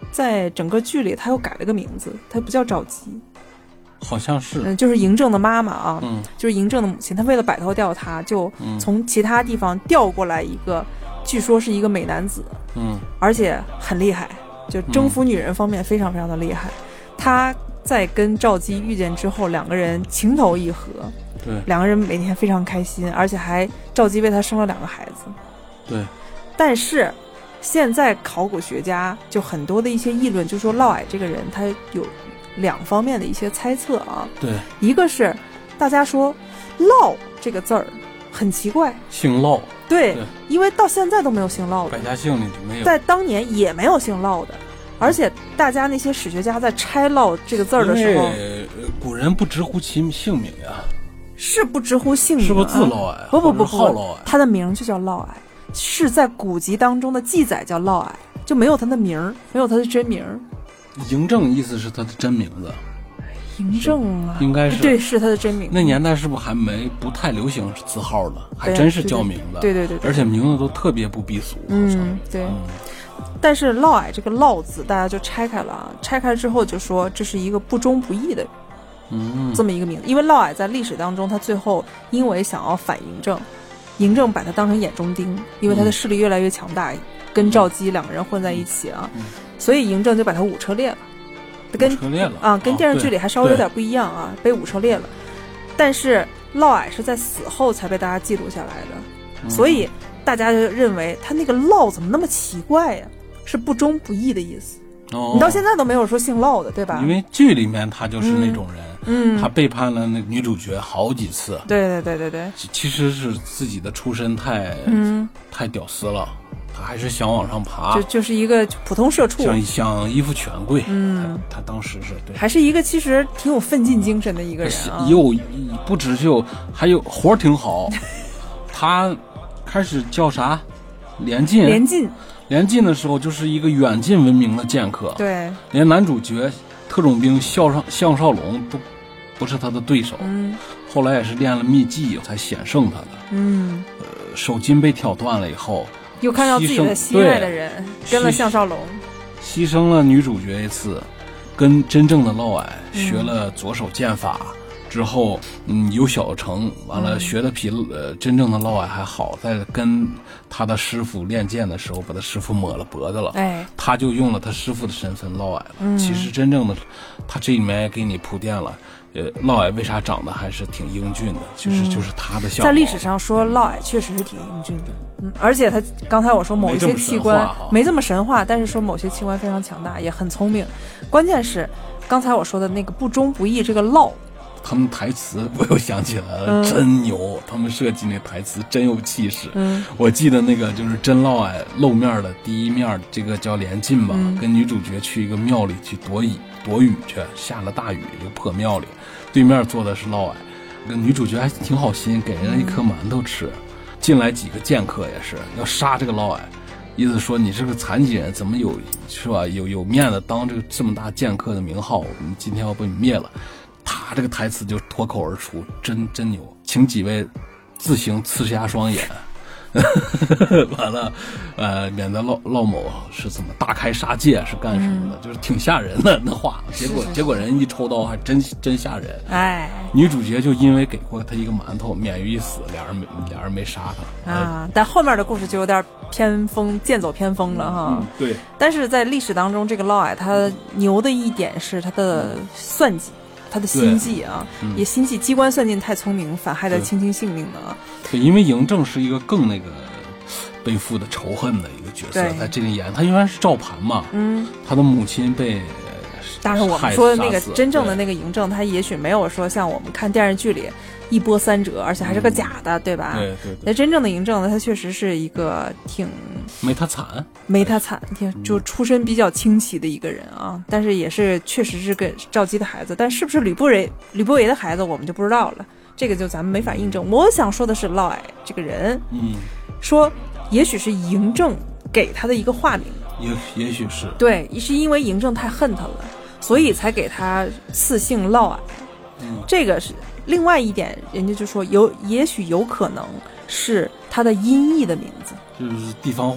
在整个剧里他又改了个名字，他不叫赵姬， 好像是， 就是嬴政的妈妈啊，就是嬴政的母亲，她为了摆脱掉他，就从其他地方调过来一个，据说是一个美男子，而且很厉害，就征服女人方面非常非常的厉害。他在跟赵姬遇见之后，两个人情投意合， 对， 两个人每天非常开心，而且还赵姬为他生了2个孩子， 对。 但是现在考古学家就很多的一些议论，就说嫪毐这个人他有2方面的一些猜测啊。 对， 一个是大家说嫪这个字儿很奇怪， 姓嫪， 对，因为到现在都没有姓嫪的， 百家姓里没有， 在当年也没有姓嫪的。而且大家那些史学家在拆嫪这个字儿的时候， 古人不直呼其姓名呀， 是不直呼姓名， 是不是字嫪毐？ 不， 号嫪毐， 他的名就叫嫪毐，是在古籍当中的记载叫嫪毐，就没有他的名，没有他的真名。 嬴政意思是他的真名字， 嬴政啊， 应该是， 对，是他的真名。 那年代是不是还不太流行字号的，还真是叫名字， 对， 而且名字都特别不避俗， 对。但是嫪毐这个嫪字大家就拆开了啊，拆开之后就说这是一个不忠不义的这么一个名字。因为嫪毐在历史当中他最后因为想要反嬴政，嬴政把他当成眼中钉，因为他的势力越来越强大，跟赵姬2个人混在一起啊，所以嬴政就把他五车裂了，跟电视剧里还稍微有点不一样啊，被五车裂了。但是嫪毐是在死后才被大家记录下来的，所以大家就认为他那个嫪怎么那么奇怪呀，是不忠不义的意思。你到现在都没有说姓嫪的，对吧？ 因为剧里面他就是那种人，他背叛了那女主角好几次。 对， 其实是自己的出身太屌丝了，他还是想往上爬， 就是一个普通社畜， 想依附权贵。他当时是对， 还是一个其实挺有奋进精神的一个人啊。 不只是还有活挺好，他开始叫啥？连晋的时候就是一个远近闻名的剑客， 对， 连男主角特种兵项少龙都不是他的对手，后来也是练了秘技才险胜他的，手筋被挑断了以后， 又看到自己的心爱的人跟了项少龙， 牺牲了女主角一次，跟真正的嫪毐学了左手剑法。之后，有小成，完了学的比真正的嫪毐还好，在跟他的师傅练剑的时候，把他师傅抹了脖子了，他就用了他师傅的身份嫪毐了。其实真正的，他这里面也给你铺垫了，嫪毐为啥长得还是挺英俊的，就是他的相貌。 在历史上说嫪毐确实是挺英俊的，而且他刚才我说某一些器官没这么神话，但是说某些器官非常强大，也很聪明。关键是刚才我说的那个不忠不义这个嫪。 他们台词我又想起来了，真牛！他们设计那台词真有气势。我记得那个就是真嫪毐露面的第一面，这个叫连晋吧，跟女主角去一个庙里去躲雨去，下了大雨，一个破庙里，对面坐的是嫪毐，跟女主角还挺好心，给人一颗馒头吃。进来几个剑客也是要杀这个嫪毐，意思说你是个残疾人，怎么是吧？有面子当这么大剑客的名号，我们今天要把你灭了。他这个台词就脱口而出，真牛，请几位自行刺瞎双眼。完了，免得嫪某是怎么大开杀戒是干什么的，就是挺吓人的那话。结果人一抽刀还真吓人。女主角就因为给过他一个馒头，免于一死，俩人没杀他啊。但后面的故事就有点剑走偏锋了哈。 对。但是在历史当中，这个嫪毐他牛的一点是他的算计。他的心计啊，也心计机关算尽太聪明，反害他卿卿性命的啊。 对，因为嬴政是一个更那个背负的仇恨的一个角色，在这里演他原来是赵盘嘛，他的母亲被。 但是我们说的那个真正的那个嬴政，他也许没有说像我们看电视剧里一波三折，而且还是个假的，对吧？ 对。 那真正的嬴政呢，他确实是一个挺没他惨， 就出身比较清奇的一个人啊。但是也是确实是个赵姬的孩子，但是不是吕不韦的孩子，我们就不知道了。这个就咱们没法印证。我想说的是嫪毐这个人，说也许是嬴政给他的一个化名， 也许是对，是因为嬴政太恨他了。所以才给他赐姓嫪毐，这个是另外一点，人家就说也许有可能是他的音译的名字， 就是地方话，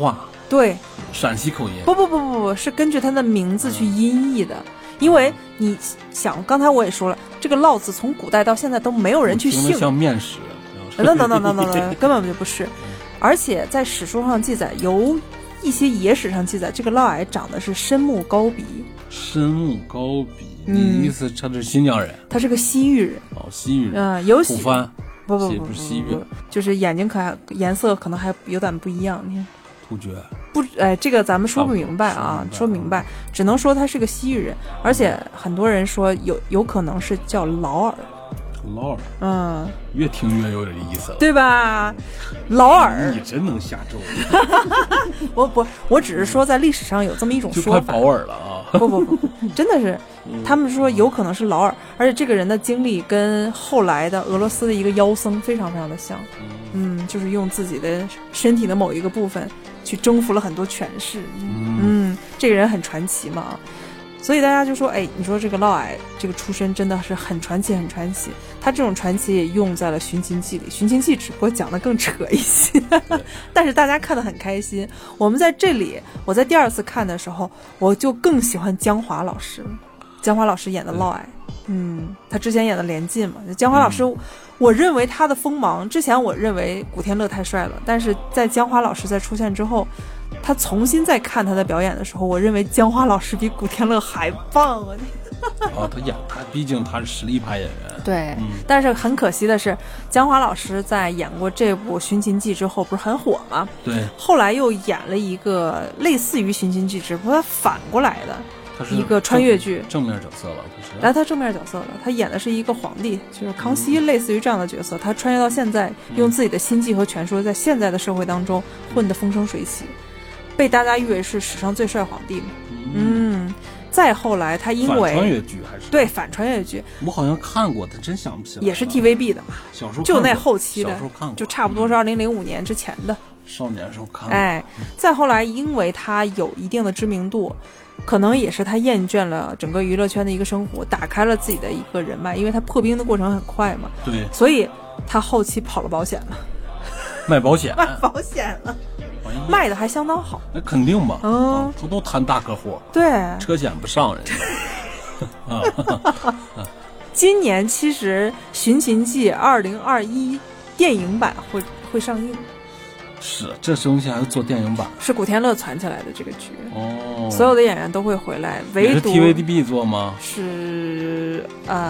对， 陕西口音。 不，是根据他的名字去音译的。因为你想，刚才我也说了，这个烙字从古代到现在都没有人去姓， 像面食， 等，根本就不是。而且在史书上记载，有一些野史上记载，这个嫪毐长得是深目高鼻。 深目高鼻，你意思他是新疆人？ 他是个西域人。 哦，西域人。 有吐蕃。 不是西域， 就是眼睛颜色可能还有点不一样。你看。 突厥。 不，这个咱们说不明白啊，说明白，只能说他是个西域人，而且很多人说有可能是叫劳尔。 劳尔，越听越有点意思了， 对吧？劳尔， 你真能下咒。 我只是说在历史上有这么一种说法， 就快保尔了啊！ 不，真的是，他们说有可能是劳尔，而且这个人的经历跟后来的俄罗斯的一个妖僧非常非常的像，就是用自己的身体的某一个部分去征服了很多权势，这个人很传奇嘛。所以大家就说，你说这个嫪毐这个出身真的是很传奇，很传奇。他这种传奇也用在了《寻秦记》里，《寻秦记》只不过讲的更扯一些，但是大家看得很开心。我们在这里，我在第二次看的时候，我就更喜欢江华老师，江华老师演的嫪毐。他之前演的连晋嘛，江华老师，我认为他的锋芒，之前我认为古天乐太帅了，但是在江华老师在出现之后，他重新再看他的表演的时候，我认为江华老师比古天乐还棒啊！ 他毕竟他是实力派演员。 对，但是很可惜的是，江华老师在演过这部《寻秦记》之后，不是很火吗？ 对。 后来又演了一个类似于《寻秦记》，只不过他反过来的。一个穿越剧， 正面角色了， 他正面角色了，他演的是一个皇帝，就是康熙，类似于这样的角色。他穿越到现在，用自己的心计和权术，在现在的社会当中混得风生水起，被大家誉为是史上最帅皇帝。再后来，他因为反穿越剧还是对反穿越剧， 我好像看过，但真想不起来。 也是 TVB 的嘛， 小时候就那后期的， 小时候看过， 就差不多是2005年之前的。 少年时候看过。 再后来，因为他有一定的知名度。可能也是他厌倦了整个娱乐圈的一个生活，打开了自己的一个人脉，因为他破冰的过程很快嘛。 对， 所以他后期跑了保险了， 卖保险了，卖的还相当好。 那肯定吧，他都谈大客户， 对， 车险不上人家。 今年其实《寻秦记》2021电影版会上映。 是，这东西还是做电影版， 是古天乐传起来的这个剧所有的演员都会回来，唯独 TVB 做吗？ 是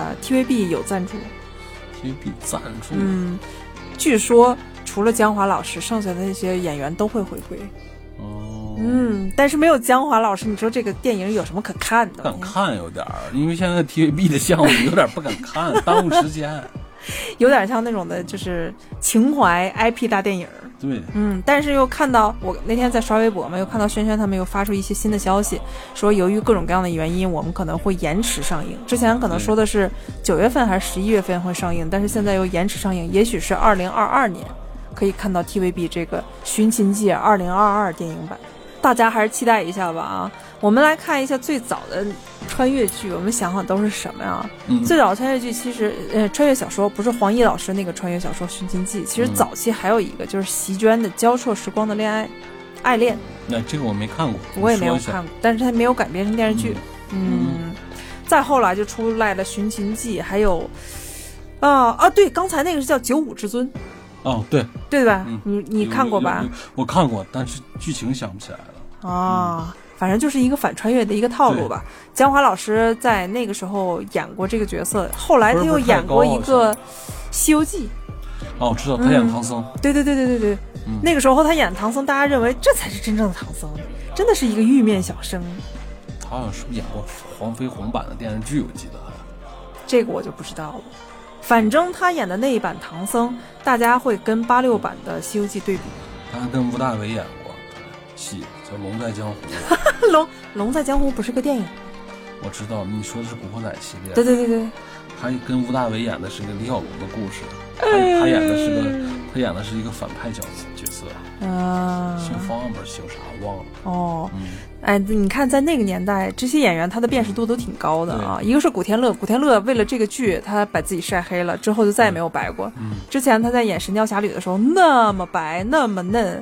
TVB 有赞助 ，TVB 赞助， 据说除了江华老师，剩下的那些演员都会回归。但是没有江华老师，你说这个电影有什么可看的？ 不敢看有点，因为现在 TVB 的项目有点不敢看，耽误时间。 有点像那种的，就是情怀 IP 大电影。 对， 但是又看到我那天在刷微博嘛，又看到轩轩他们又发出一些新的消息，说由于各种各样的原因，我们可能会延迟上映。之前可能说的是9月份还是11月份会上映，但是现在又延迟上映，也许是2022年可以看到 TVB 这个《寻秦记》2022电影版。大家还是期待一下吧啊！我们来看一下最早的穿越剧，我们想想都是什么呀？最早的穿越剧其实穿越小说不是黄奕老师那个穿越小说《寻秦记》，其实早期还有一个就是席娟的《交错时光的恋爱》爱恋。 那这个我没看过， 我也没有看过，但是它没有改编成电视剧。再后来就出来了《寻秦记》，还有对，刚才那个是叫《九五至尊》。对吧？你看过吧？ 我看过，但是剧情想不起来了。 反正就是一个反穿越的一个套路吧。江华老师在那个时候演过这个角色，后来他又演过一个《西游记》。 我知道他演唐僧。 对，那个时候他演唐僧，大家认为这才是真正的唐僧，真的是一个玉面小生。 他好像是不是演过黄飞鸿版的电视剧？我记得。 这个我就不知道了。反正他演的那一版唐僧，大家会跟86版的《西游记》对比。 他跟吴大维演过戏，叫《龙在江湖》。 龙在江湖不是个电影。 我知道，你说的是《古惑仔》系列。 对。 他跟吴大维演的是个李小龙的故事，他演的是一个反派角色。姓方不是姓啥忘了。 你看在那个年代，这些演员他的辨识度都挺高的啊。一个是古天乐为了这个剧，他把自己晒黑了，之后就再也没有白过。之前他在演《神雕侠侣》的时候那么白那么嫩，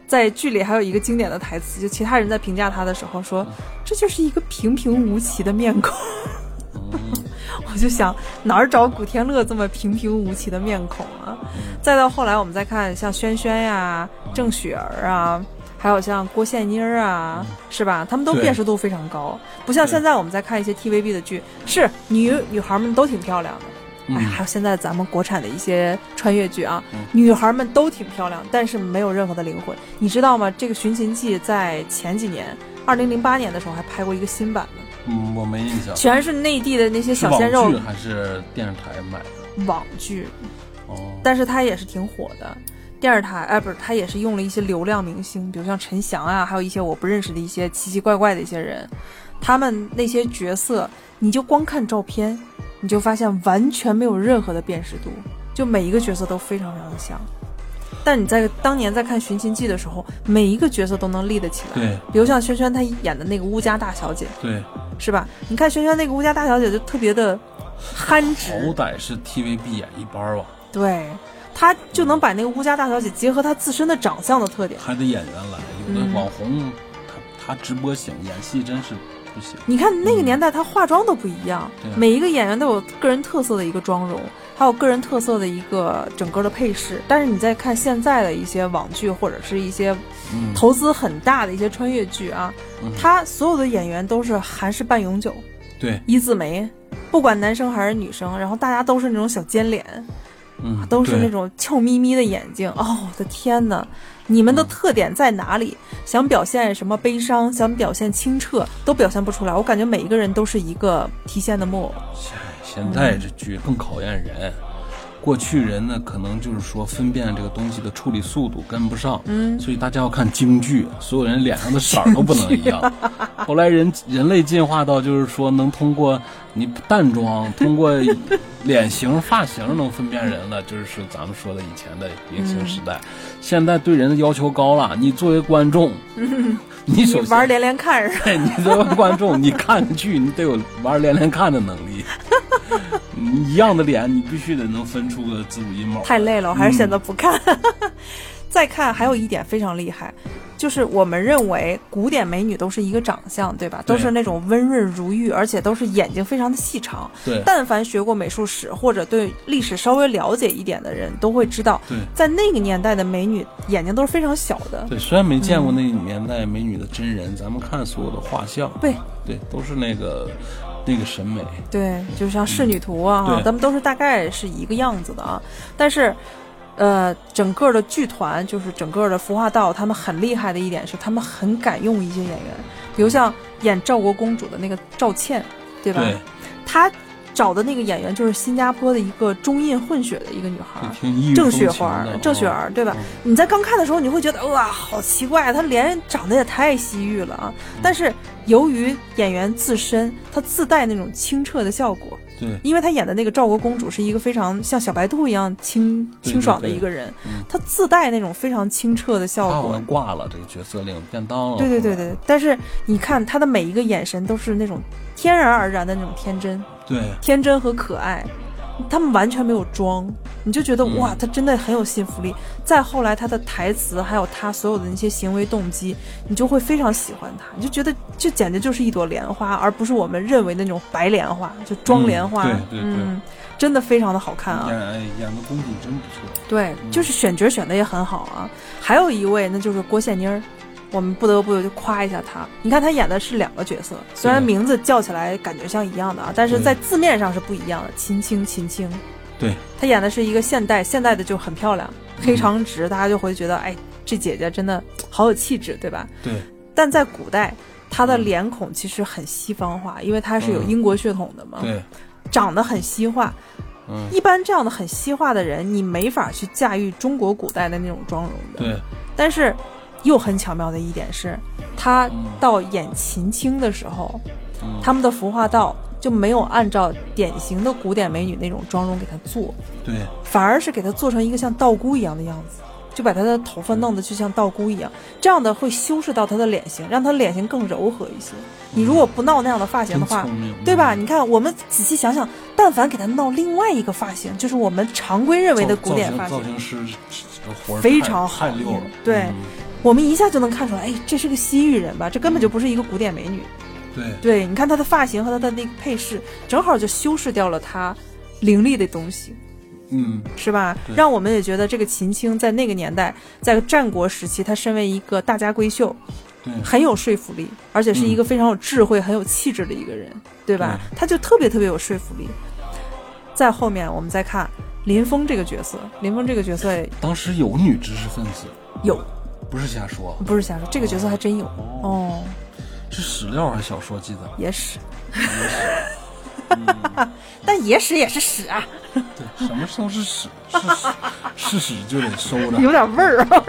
在剧里还有一个经典的台词，就其他人在评价他的时候说，这就是一个平平无奇的面孔。我就想哪儿找古天乐这么平平无奇的面孔啊？再到后来我们再看像轩轩呀、郑雪儿啊，还有像郭羡妮啊，是吧？他们都辨识度非常高，不像现在我们在看一些 TVB 的剧，是女孩们都挺漂亮的。哎，还有现在咱们国产的一些穿越剧啊，女孩们都挺漂亮，但是没有任何的灵魂。你知道吗？这个《寻秦记》在前几年，2008年的时候还拍过一个新版的。 我没印象。 全是内地的那些小鲜肉。 是网剧还是电视台买的？ 网剧。但是它也是挺火的。电视台不是，它也是用了一些流量明星，比如像陈翔啊，还有一些我不认识的一些奇奇怪怪的一些人，他们那些角色，你就光看照片，你就发现完全没有任何的辨识度，就每一个角色都非常非常的像。但你在当年在看《寻秦记》的时候，每一个角色都能立得起来。 对， 比如像轩轩她演的那个乌家大小姐， 对， 是吧？你看轩轩那个乌家大小姐就特别的憨直， 好歹是 TVB 演艺班吧？ 对，她就能把那个乌家大小姐结合她自身的长相的特点， 还得演员来，有的网红他直播行，演戏真是不行。 你看那个年代，她化妆都不一样，每一个演员都有个人特色的一个妆容。还有个人特色的一个整个的配饰，但是你再看现在的一些网剧或者是一些投资很大的一些穿越剧啊，他所有的演员都是韩式半永久， 对， 一字眉，不管男生还是女生，然后大家都是那种小尖脸，都是那种俏眯眯的眼睛。哦，我的天哪！你们的特点在哪里？想表现什么悲伤，想表现清澈，都表现不出来。我感觉每一个人都是一个提线的木偶。 现在这剧更考验人，过去人呢可能就是说分辨这个东西的处理速度跟不上，所以大家要看京剧，所有人脸上的色儿都不能一样。后来人类进化到就是说能通过你淡妆，通过脸型、发型能分辨人了，就是咱们说的以前的明星时代。现在对人的要求高了，你作为观众，你首先玩连连看是吧？ 你作为观众，你看剧你得有玩连连看的能力。你一样的脸，你必须得能分出个字母音毛。 太累了，我还是选择不看。再看，还有一点非常厉害，就是我们认为古典美女都是一个长相，对吧？都是那种温润如玉，而且都是眼睛非常的细长。 对， 但凡学过美术史或者对历史稍微了解一点的人都会知道，在那个年代的美女眼睛都是非常小的。 对，虽然没见过那个年代美女的真人，咱们看所有的画像，对，都是那个审美。对， 就像仕女图啊，他们都是大概是一个样子的啊。但是整个的剧团就是整个的服化道，他们很厉害的一点是他们很敢用一些演员，比如像演赵国公主的那个赵倩，对吧？ 对， 她找的那个演员就是新加坡的一个中印混血的一个女孩，郑雪儿，对吧？你在刚看的时候你会觉得哇好奇怪，她脸长得也太西域了啊！但是由于演员自身她自带那种清澈的效果， 对， 因为她演的那个赵国公主是一个非常像小白兔一样清爽的一个人，她自带那种非常清澈的效果。 挂了这个角色领便当了。 对，但是你看她的每一个眼神都是那种天然而然的那种天真。 对， 天真和可爱，他们完全没有装，你就觉得哇，他真的很有信服力。再后来他的台词还有他所有的那些行为动机，你就会非常喜欢他，你就觉得这简直就是一朵莲花，而不是我们认为的那种白莲花，就装莲花。 对， 真的非常的好看啊， 演的功底真不错。 对，就是选角选的也很好啊。还有一位那就是郭羡妮儿。我们不得不就夸一下他，你看他演的是两个角色，虽然名字叫起来感觉像一样的啊，但是在字面上是不一样的。秦青， 对， 他演的是一个现代的就很漂亮，黑长直，大家就会觉得哎，这姐姐真的好有气质，对吧？ 对。 但在古代，她的脸孔其实很西方化，因为她是有英国血统的嘛， 对， 长得很西化。一般这样的很西化的人，你没法去驾驭中国古代的那种妆容的。 对， 但是。又很巧妙的一点是，他到演秦青的时候，他们的服化道就没有按照典型的古典美女那种妆容给她做， 对， 反而是给她做成一个像道姑一样的样子， 就把他的头发弄得就像道姑一样，这样的会修饰到他的脸型，让他脸型更柔和一些。你如果不闹那样的发型的话，对吧？你看我们仔细想想，但凡给他闹另外一个发型，就是我们常规认为的古典发型， 造型师非常好， 太溜了。 对，我们一下就能看出来，哎，这是个西域人吧？这根本就不是一个古典美女。对，你看她的发型和她的那个配饰，正好就修饰掉了她凌厉的东西。是吧？让我们也觉得这个秦青在那个年代，在战国时期，她身为一个大家闺秀，很有说服力，而且是一个非常有智慧、很有气质的一个人，对吧？她就特别特别有说服力。在后面我们再看林峰这个角色， 当时有女知识分子， 有， 不是瞎说， 不是瞎说，这个角色还真有哦。 是史料还是小说记载？ 野史。但野史也是史啊。 对，什么时候是史？是史就得收着， 有点味儿啊。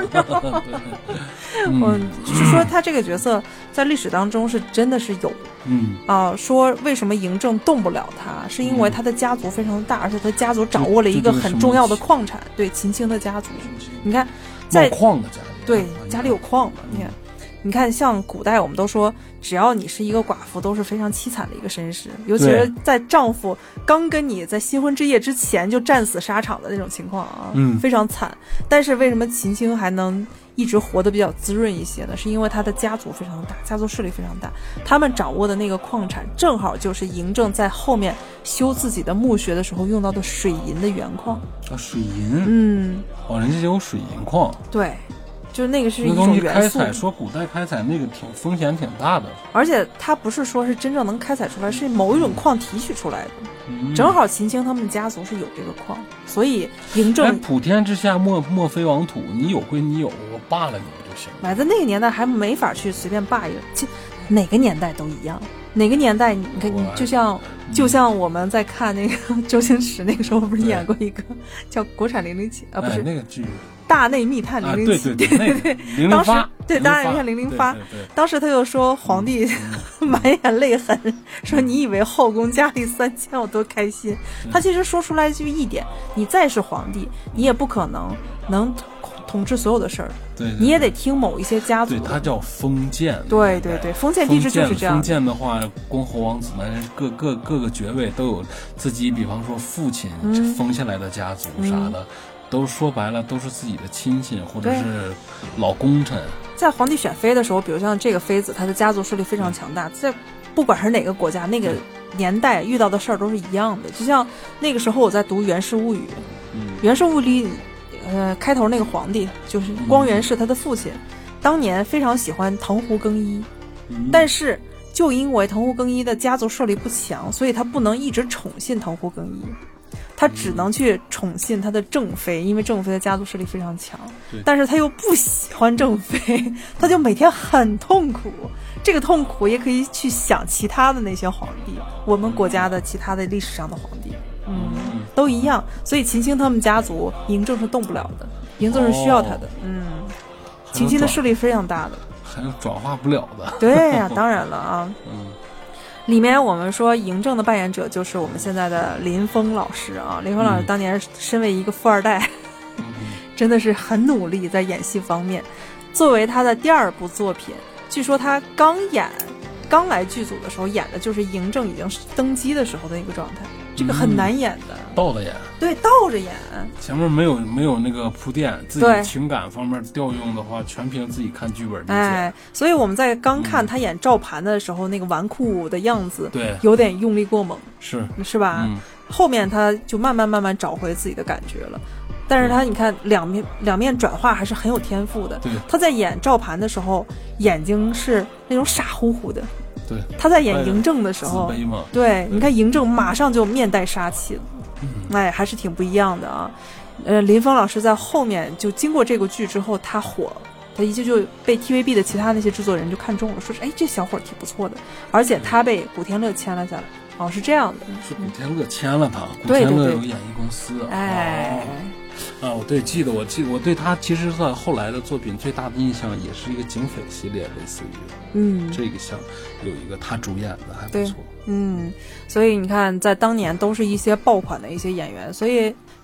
是说他这个角色在历史当中是真的是有，说为什么嬴政动不了他，是因为他的家族非常大，而且他家族掌握了一个很重要的矿产。对，秦青的家族，你看，在矿的家里， 对，家里有矿嘛，你看，像古代我们都说，只要你是一个寡妇，都是非常凄惨的一个身世，尤其是在丈夫刚跟你在新婚之夜之前就战死沙场的那种情况啊，非常惨。但是为什么秦青还能一直活得比较滋润一些呢？是因为他的家族非常大，家族势力非常大，他们掌握的那个矿产正好就是嬴政在后面修自己的墓穴的时候用到的水银的原矿啊，水银，人家有水银矿， 对。就是那个是一种元素。 说古代开采那个风险挺大的， 而且它不是说是真正能开采出来，是某一种矿提取出来的。正好秦青他们家族是有这个矿，所以嬴政普天之下莫非王土，你有归你有，我罢了你不就行了？ 在那个年代还没法去随便罢一个，哪个年代都一样。哪个年代你看，你就像我们在看那个周星驰那个时候不是演过一个叫《国产007》啊，不是那个剧。 大内密探007，对，当时对大内密探008，当时他就说皇帝满眼泪痕，说你以为后宫佳丽3000有多开心？他其实说出来就一点，你再是皇帝，你也不可能统治所有的事儿，你也得听某一些家族。 对，他叫封建。 对，封建帝制就是这样。 封建的话，公侯王子们各个爵位都有自己，比方说父亲封下来的家族啥的。都说白了，都是自己的亲戚或者是老功臣。 在皇帝选妃的时候，比如像这个妃子，她的家族势力非常强大，在不管是哪个国家、那个年代遇到的事儿都是一样的。就像那个时候我在读《源氏物语》，源氏物语里，开头那个皇帝就是光源氏他的父亲，当年非常喜欢藤壶更衣，但是就因为藤壶更衣的家族势力不强，所以他不能一直宠信藤壶更衣。他只能去宠信他的正妃，因为正妃的家族势力非常强，但是他又不喜欢正妃，他就每天很痛苦。这个痛苦也可以去想其他的那些皇帝，我们国家的其他的历史上的皇帝，都一样。所以秦青他们家族，嬴政是动不了的，嬴政是需要他的。秦青的势力非常大的， 还有转化不了的。 对呀，当然了啊。里面我们说嬴政的扮演者就是我们现在的林峰老师啊。林峰老师当年身为一个富二代，真的是很努力在演戏方面。作为他的第2部作品，据说他刚来剧组的时候演的就是嬴政已经登基的时候的一个状态，这个很难演的， 倒着演。 对，倒着演， 前面没有那个铺垫，自己情感方面调用的话，全凭自己看剧本理解。 所以我们在刚看他演赵盘的时候，那个纨绔的样子， 对， 有点用力过猛， 是吧？后面他就慢慢找回自己的感觉了。但是他你看两面转化还是很有天赋的。 对， 他在演赵盘的时候，眼睛是那种傻乎乎的。 对， 他在演嬴政的时候，对，你看嬴政马上就面带杀气了。还是挺不一样的啊。林峰老师在后面就经过这个剧之后，他火了，他一就被 TVB 的其他那些制作人就看中了，说是这小伙挺不错的，而且他被古天乐签了下来。是这样的， 是古天乐签了他，古天乐有演艺公司。我记得我对他其实在后来的作品最大的印象也是一个警匪系列，类似于这个像有一个他主演的还不错。 所以你看在当年都是一些爆款的一些演员，所以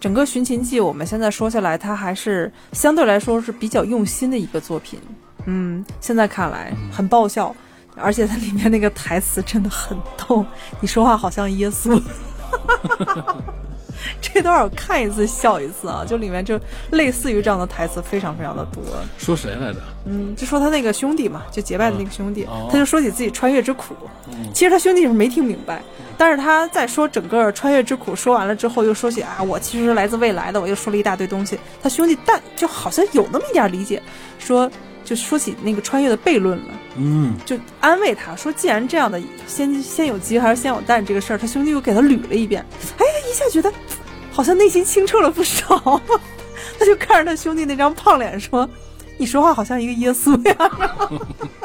整个《寻秦记》我们现在说下来，它还是相对来说是比较用心的一个作品。现在看来很爆笑，而且它里面那个台词真的很逗，你说话好像耶稣。这段我看一次笑一次啊，就里面就类似于这样的台词非常非常的多。 说谁来着？ 就说他那个兄弟嘛，就结拜的那个兄弟，他就说起自己穿越之苦。其实他兄弟是没听明白，但是他在说整个穿越之苦说完了之后，又说起我其实来自未来的，我又说了一大堆东西。他兄弟但就好像有那么一点理解，就说起那个穿越的悖论了，就安慰他说，既然这样的先有鸡还是先有蛋这个事儿，他兄弟又给他捋了一遍，一下觉得好像内心清澈了不少。他就看着他兄弟那张胖脸说：“你说话好像一个耶稣呀。”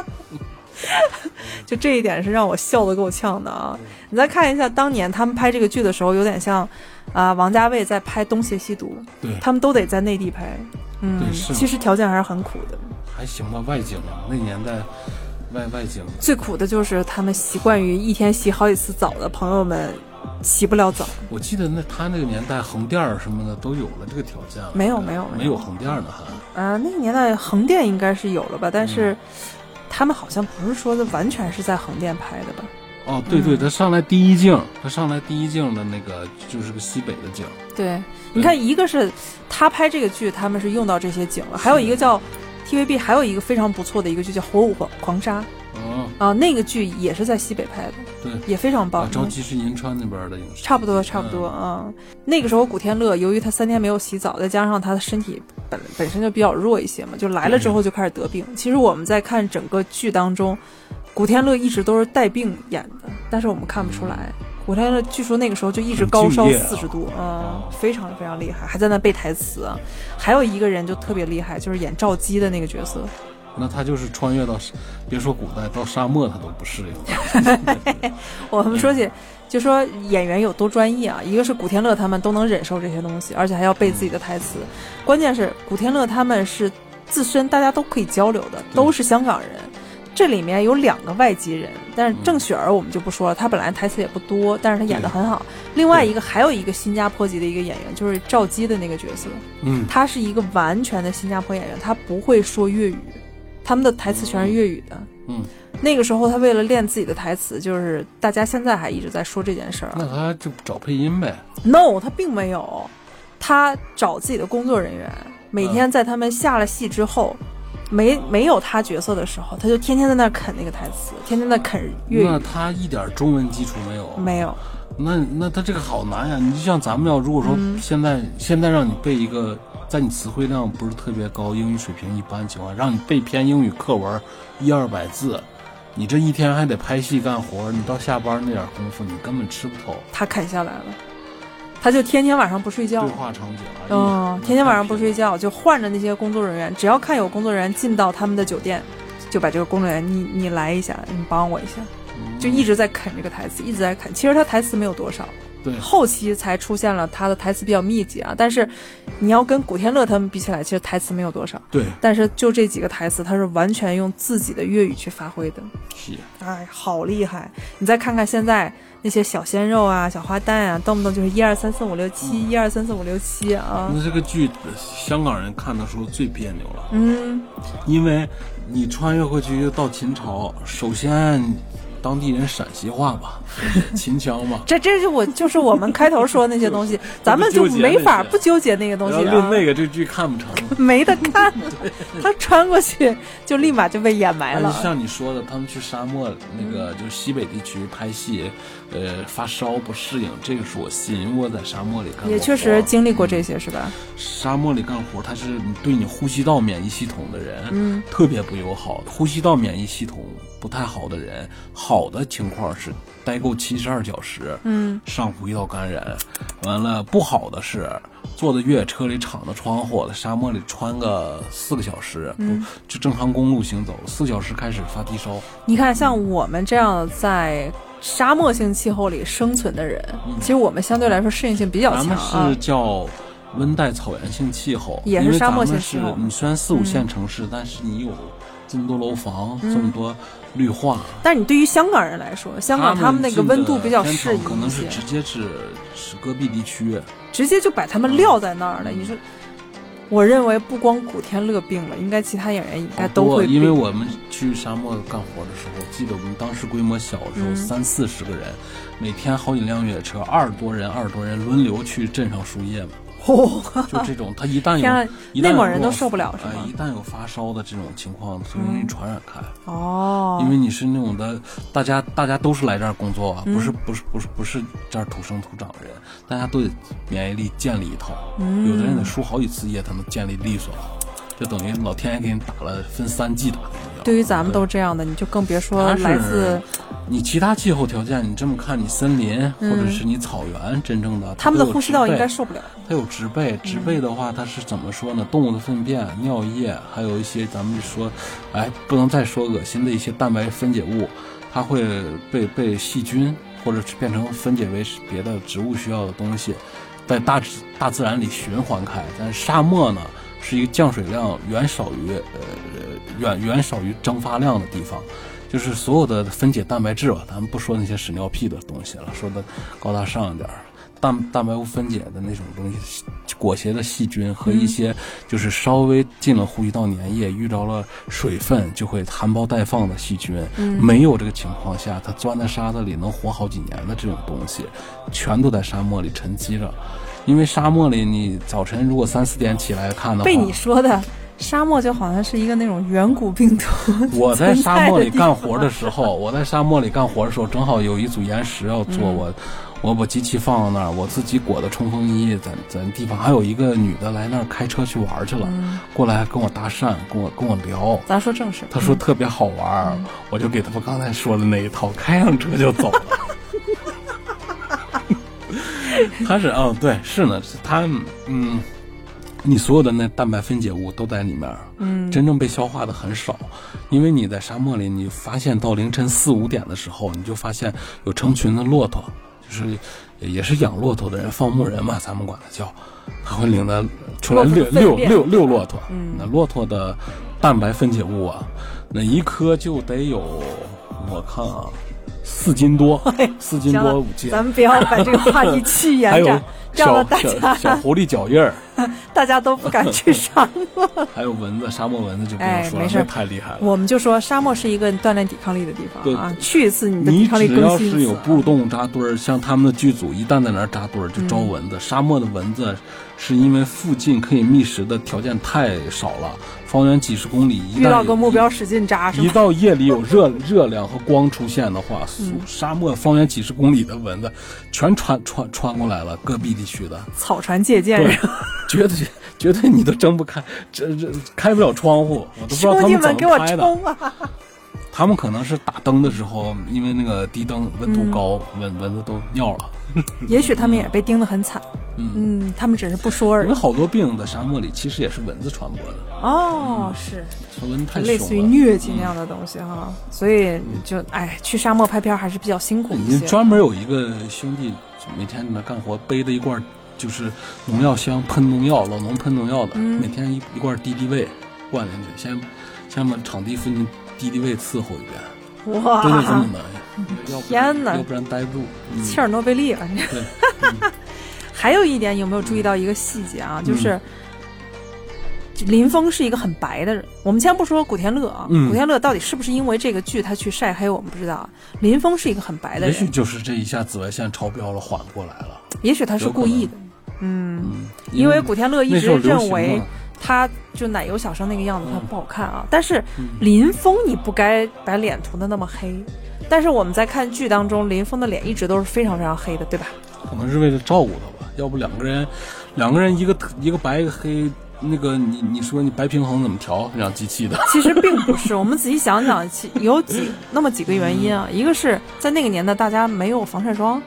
就这一点是让我笑得够呛的啊！你再看一下当年他们拍这个剧的时候，有点像王家卫在拍《东邪西毒》， 对， 他们都得在内地拍，其实条件还是很苦的。 还行吧，外景啊，那年代外景最苦的就是他们习惯于一天洗好几次澡的朋友们洗不了澡。 我记得他那个年代横店什么的都有了这个条件了。 没有横店的哈。 那个年代横店应该是有了吧，但是他们好像不是说的完全是在横店拍的吧。 哦，对，他上来第一镜的那个就是个西北的景。 对，你看一个是他拍这个剧他们是用到这些景了，还有一个叫 TVB 还有一个非常不错的一个剧叫《火舞狂杀》。那个剧也是在西北拍的， 对， 也非常棒。 着急是银川那边的影视， 差不多啊。那个时候古天乐由于他3天没有洗澡，再加上他的身体本身就比较弱一些嘛，就来了之后就开始得病。其实我们在看整个剧当中，古天乐一直都是带病演的，但是我们看不出来。古天乐据说那个时候就一直高烧40度，非常非常厉害，还在那背台词。还有一个人就特别厉害，就是演赵姬的那个角色。 那他就是穿越到，别说古代，到沙漠他都不适应。 我们说起，就说演员有多专一啊！一个是古天乐他们都能忍受这些东西，而且还要背自己的台词。关键是古天乐他们是自身大家都可以交流的，都是香港人。这里面有2个外籍人，但是郑雪儿我们就不说了，她本来台词也不多，但是她演得很好。另外一个还有一个新加坡籍的一个演员，就是赵姬的那个角色，他是一个完全的新加坡演员，他不会说粤语。他们的台词全是粤语的。那个时候他为了练自己的台词，就是大家现在还一直在说这件事儿。 那他就找配音呗 ？No， 他并没有，他找自己的工作人员，每天在他们下了戏之后，没有他角色的时候，他就天天在那啃那个台词，天天在啃粤语。 那他一点中文基础没有？ 没有。 那他这个好难呀！你就像咱们如果说现在让你背一个。在你词汇量不是特别高，英语水平一般情况，让你背篇英语课文100-200字，你这一天还得拍戏干活，你到下班那点功夫你根本吃不透。 他啃下来了，他就天天晚上不睡觉， 对话场景天天晚上不睡觉，就换着那些工作人员，只要看有工作人员进到他们的酒店，就把这个工作人员你来一下，你帮我一下，就一直在啃这个台词，一直在啃。其实他台词没有多少。 对， 后期才出现了他的台词比较密集啊，但是你要跟古天乐他们比起来，其实台词没有多少。 对， 但是就这几个台词，他是完全用自己的粤语去发挥的。 是， 好厉害！你再看看现在那些小鲜肉啊、小花旦啊，动不动就是1、2、3、4、5、6、7，1、2、3、4、5、6、7啊。 那这个剧香港人看的时候最别扭了。因为你穿越回去到秦朝，首先。当地人陕西话吧，秦腔嘛， 这就是我们开头说的那些东西，咱们就没法不纠结那个东西啊。 论那个这剧看不成， 没得看，他穿过去就立马就被掩埋了。 像你说的，他们去沙漠那个就是西北地区拍戏，发烧不适应，这个是我信，因为我在沙漠里干过， 也确实经历过这些，是吧？ 沙漠里干活，他是对你呼吸道免疫系统的人，特别不友好，呼吸道免疫系统不太好的人，好的情况是待够72小时，上呼吸道感染，完了不好的是坐的越野车里敞着窗户，在沙漠里穿个4个小时，就正常公路行走，4小时开始发低烧。 你看，像我们这样在沙漠性气候里生存的人，其实我们相对来说适应性比较强。 咱们是叫温带草原性气候， 也是沙漠性气候。 你虽然4、5线城市，但是你有这么多楼房，这么多绿化。 但是你对于香港人来说，香港他们那个温度比较适宜一些， 可能是直接是戈壁地区， 直接就把他们撂在那儿了。你说，我认为不光古天乐病了，应该其他演员应该都会病。 因为我们去沙漠干活的时候，记得我们当时规模小的时候，30、40个人，每天好几辆越野车，20多人轮流去镇上输液嘛。就这种，他一旦有内蒙人都受不了，是吗？ 一旦有发烧的这种情况，就容易传染开。 哦， 因为你是那种的，大家都是来这儿工作啊，不是这儿土生土长的人，大家都得免疫力建立一套。有的人得输好几次液才能建立利索，就等于老天爷给你打了分3剂打的。 对于咱们都这样的，你就更别说来自你其他气候条件，你这么看，你森林或者是你草原，真正的他们的呼吸道应该受不了。 它有植被，植被的话，它是怎么说呢？动物的粪便、尿液，还有一些咱们说，不能再说恶心的一些蛋白分解物，它会被细菌或者变成分解为别的植物需要的东西，在大自然里循环开。但是沙漠呢，是一个降水量远少于蒸发量的地方。就是所有的分解蛋白质吧，咱们不说那些屎尿屁的东西了，说的高大上一点，蛋白物分解的那种东西，裹挟的细菌和一些就是稍微进了呼吸道粘液，遇着了水分就会含苞待放的细菌，没有这个情况下，它钻在沙子里能活好几年的这种东西，全都在沙漠里沉积着。因为沙漠里，你早晨如果3、4点起来看的话， 被你说的。沙漠就好像是一个那种远古病毒。 我在沙漠里干活的时候，正好有一组岩石要做，我把机器放到那儿，我自己裹的冲锋衣，在地方还有一个女的来那儿开车去玩去了，过来跟我搭讪，跟我聊。 咱说正事， 她说特别好玩，我就给她们刚才说的那一套，开上车就走了。他是对，是呢，他你所有的那蛋白分解物都在里面，真正被消化的很少，因为你在沙漠里，你发现到凌晨4、5点的时候，你就发现有成群的骆驼，就是也是养骆驼的人，放牧人嘛，咱们管它叫，他会领着出来遛骆驼，那骆驼的蛋白分解物啊，那一颗就得有，我看啊，4斤多，4斤多5斤。 咱们不要把这个话题去延展，这样的大家小狐狸脚印儿， 大家都不敢去沙漠。 还有蚊子，沙漠蚊子就不用说了， 没事， 太厉害了。 我们就说沙漠是一个锻炼抵抗力的地方啊，去一次你的抵抗力更新一次。 你只要是有哺乳动物扎堆儿，像他们的剧组一旦在那儿扎堆儿，就招蚊子。沙漠的蚊子是因为附近可以觅食的条件太少了，方圆几十公里， 遇到个目标使劲扎， 一到夜里有热量和光出现的话，沙漠方圆几十公里的蚊子全穿过来了，戈壁地区的草船借箭， 绝对你都睁不开，这开不了窗户，我都不知道他们怎么开的。他们可能是打灯的时候，因为那个低灯温度高，蚊子都尿了。 也许他们也被叮得很惨，他们只是不说而已。 因为好多病在沙漠里其实也是蚊子传播的。 是蚊子太凶了， 类似于疟疾那样的东西哈，所以就去沙漠拍片还是比较辛苦一些。 你专门有一个兄弟每天在那干活，背着一罐就是农药箱，喷农药，老农喷农药的，每天一罐敌敌畏灌进去，先把场地附近敌敌畏伺候一遍。 哇， 真的这么难？ 天哪， 要不然待不住。 切尔诺贝利啊！还有一点，有没有注意到一个细节啊？就是林峰是一个很白的人。我们先不说古天乐啊，古天乐到底是不是因为这个剧他去晒黑，我们不知道啊。林峰是一个很白的人， 也许就是这一下紫外线超标了，缓过来了。 也许他是故意的。因为古天乐一直认为他就奶油小生那个样子他不好看啊，但是林峰你不该把脸涂得那么黑，但是我们在看剧当中林峰的脸一直都是非常非常黑的，对吧？ 可能是为了照顾他吧，要不两个人一个白一个黑，那个你说你白平衡怎么调让机器的？ 其实并不是，我们仔细想想有那么几个原因啊，一个是在那个年代大家没有防晒霜，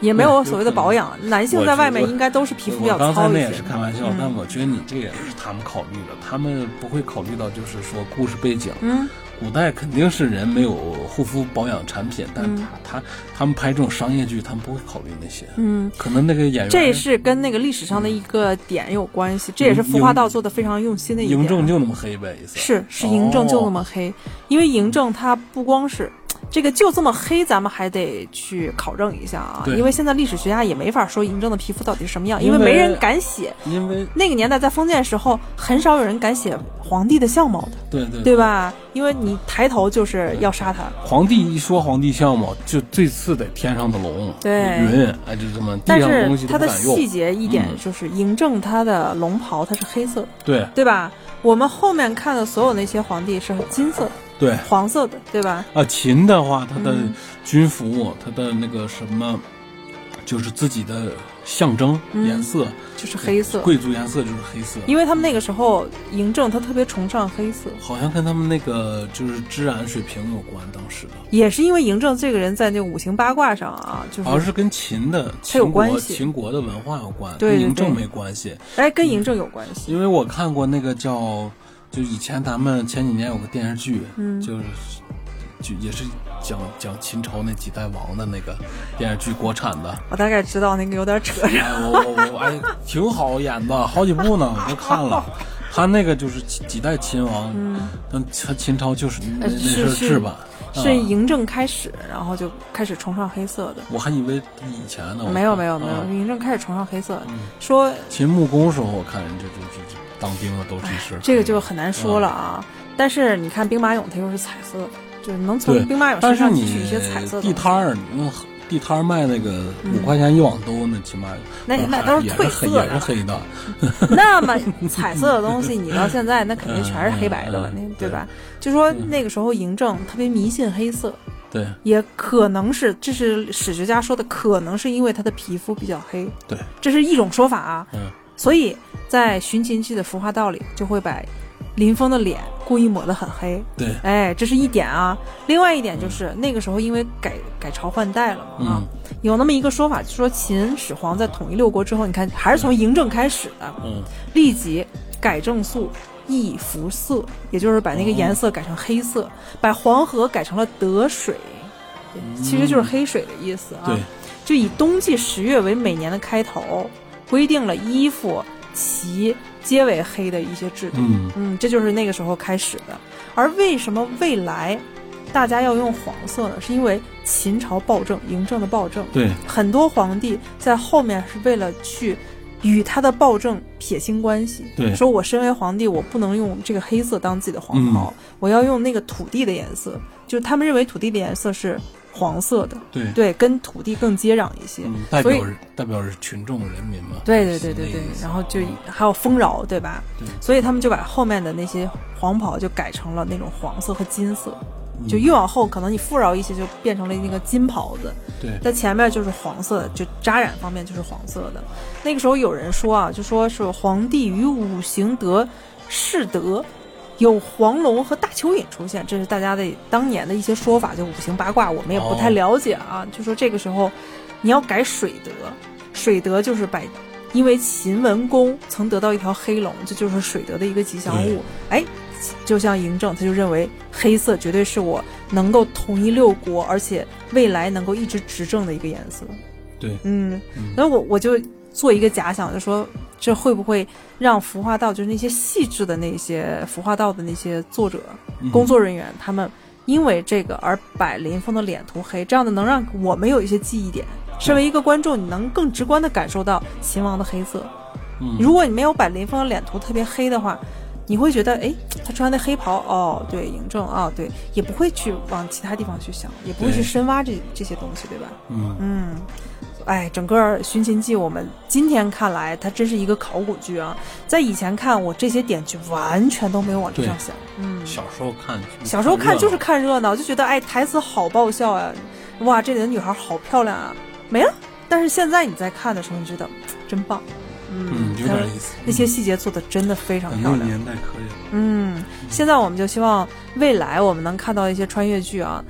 也没有所谓的保养。男性在外面应该都是皮肤比较糙一些。 我刚才那也是开玩笑，但我觉得你这也是他们考虑的，他们不会考虑到就是说故事背景。古代肯定是人没有护肤保养产品，但他们拍这种商业剧，他们不会考虑那些。可能那个演员这也是跟那个历史上的一个点有关系，这也是服化道做的非常用心的一点。 嬴政就那么黑呗，意思是嬴政就那么黑，因为嬴政他不光是。这个就这么黑，咱们还得去考证一下啊，因为现在历史学家也没法说嬴政的皮肤到底是什么样，因为没人敢写。 因为那个年代在封建时候，很少有人敢写皇帝的相貌的，对吧？因为你抬头就是要杀他。 皇帝一说皇帝相貌，就最次得天上的龙、云，哎，就这么地上的东西都不敢用。但是它的细节一点就是嬴政他的龙袍它是黑色的， 对吧？我们后面看的所有那些皇帝是金色的。 对， 黄色的，对吧？ 秦的话，它的军服，它的那个什么，就是自己的象征颜色， 就是黑色， 贵族颜色就是黑色。 因为他们那个时候嬴政他特别崇尚黑色， 好像跟他们那个就是治安水平有关，当时的。 也是因为嬴政这个人在那个五行八卦上啊，就是好像是跟秦有关系， 秦国的文化有关， 对， 跟嬴政没关系。 哎，跟嬴政有关系， 因为我看过那个就以前咱们前几年有个电视剧，就也是讲秦朝那几代王的那个电视剧，国产的。 我大概知道那个有点扯。 我挺好演的，好几部呢，我都看了。他那个就是几代秦王，但秦朝就是那是制版。 是嬴政开始，然后就开始崇尚黑色的。 我还以为以前呢。 没有，嬴政开始崇尚黑色，说秦穆公时候，我看人就当兵的都是。 这个就很难说了啊。但是你看兵马俑，它又是彩色，就是能从兵马俑身上汲取一些彩色的。 地摊儿，你用地摊儿卖那个5块钱一网兜，那起码那都是褪色的， 也是黑的。 那么彩色的东西，你到现在那肯定全是黑白的了，对吧？就说那个时候嬴政特别迷信黑色。 对， 也可能是，这是史学家说的，可能是因为他的皮肤比较黑。 对， 这是一种说法啊。所以在寻秦记的服化道里，就会把林峰的脸故意抹得很黑。 对， 哎，这是一点啊。另外一点就是，那个时候因为改朝换代了嘛，有那么一个说法，就说秦始皇在统一6国之后，你看还是从嬴政开始的，立即改正肃。易服色，也就是把那个颜色改成黑色，把黄河改成了得水，其实就是黑水的意思啊。 对， 就以冬季10月为每年的开头，规定了衣服、旗皆为黑的一些制度。这就是那个时候开始的。而为什么未来大家要用黄色呢？是因为秦朝暴政，嬴政的暴政。 对， 很多皇帝在后面是为了去与他的暴政撇清关系。 对， 说我身为皇帝，我不能用这个黑色当自己的黄袍，我要用那个土地的颜色，就是他们认为土地的颜色是黄色的。对，跟土地更接壤一些。 代表是群众人民嘛。 对，然后就还有丰饶，对吧？ 对， 所以他们就把后面的那些黄袍就改成了那种黄色和金色。就越往后，可能你富饶一些，就变成了那个金袍子。 对， 在前面就是黄色的，就扎染方面就是黄色的。那个时候有人说啊，就说是皇帝与五行得士德，有黄龙和大蚯蚓出现，这是大家的当年的一些说法，就五行八卦我们也不太了解啊。就说这个时候你要改水德，水德就是因为秦文公曾得到一条黑龙，这就是水德的一个吉祥物。哎，就像嬴政，他就认为黑色绝对是我能够统一6国，而且未来能够一直执政的一个颜色。 对， 那我就做一个假想，就说这会不会让服化道，就是那些细致的那些服化道的那些作者、工作人员，他们因为这个而把林峰的脸涂黑，这样的能让我们有一些记忆点。身为一个观众，你能更直观地感受到秦王的黑色。如果你没有把林峰的脸涂特别黑的话，你会觉得，哎，他穿的黑袍，哦，对，嬴政啊，对，也不会去往其他地方去想，也不会去深挖这些东西，对吧？哎，整个《寻秦记》我们今天看来，它真是一个考古剧啊！在以前看，我这些点就完全都没有往这上想。 小时候看就是看热闹，就觉得哎，台词好爆笑啊！哇，这里的女孩好漂亮啊！没了。但是现在你在看的时候，你觉得真棒。 有点意思。 那些细节做的真的非常漂亮。 年代可以了。 现在我们就希望未来我们能看到一些穿越剧啊。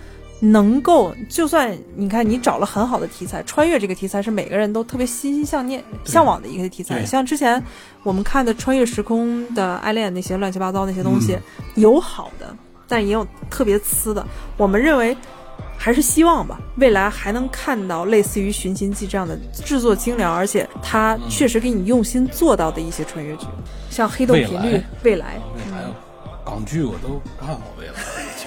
能够，就算你看你找了很好的题材，穿越这个题材是每个人都特别心心向往的一个题材。像之前我们看的穿越时空的爱恋那些乱七八糟那些东西，有好的，但也有特别次的。我们认为还是希望吧，未来还能看到类似于《寻秦记》这样的制作精良，而且它确实给你用心做到的一些穿越剧，像《黑洞频率》、未来港剧我都看好未来。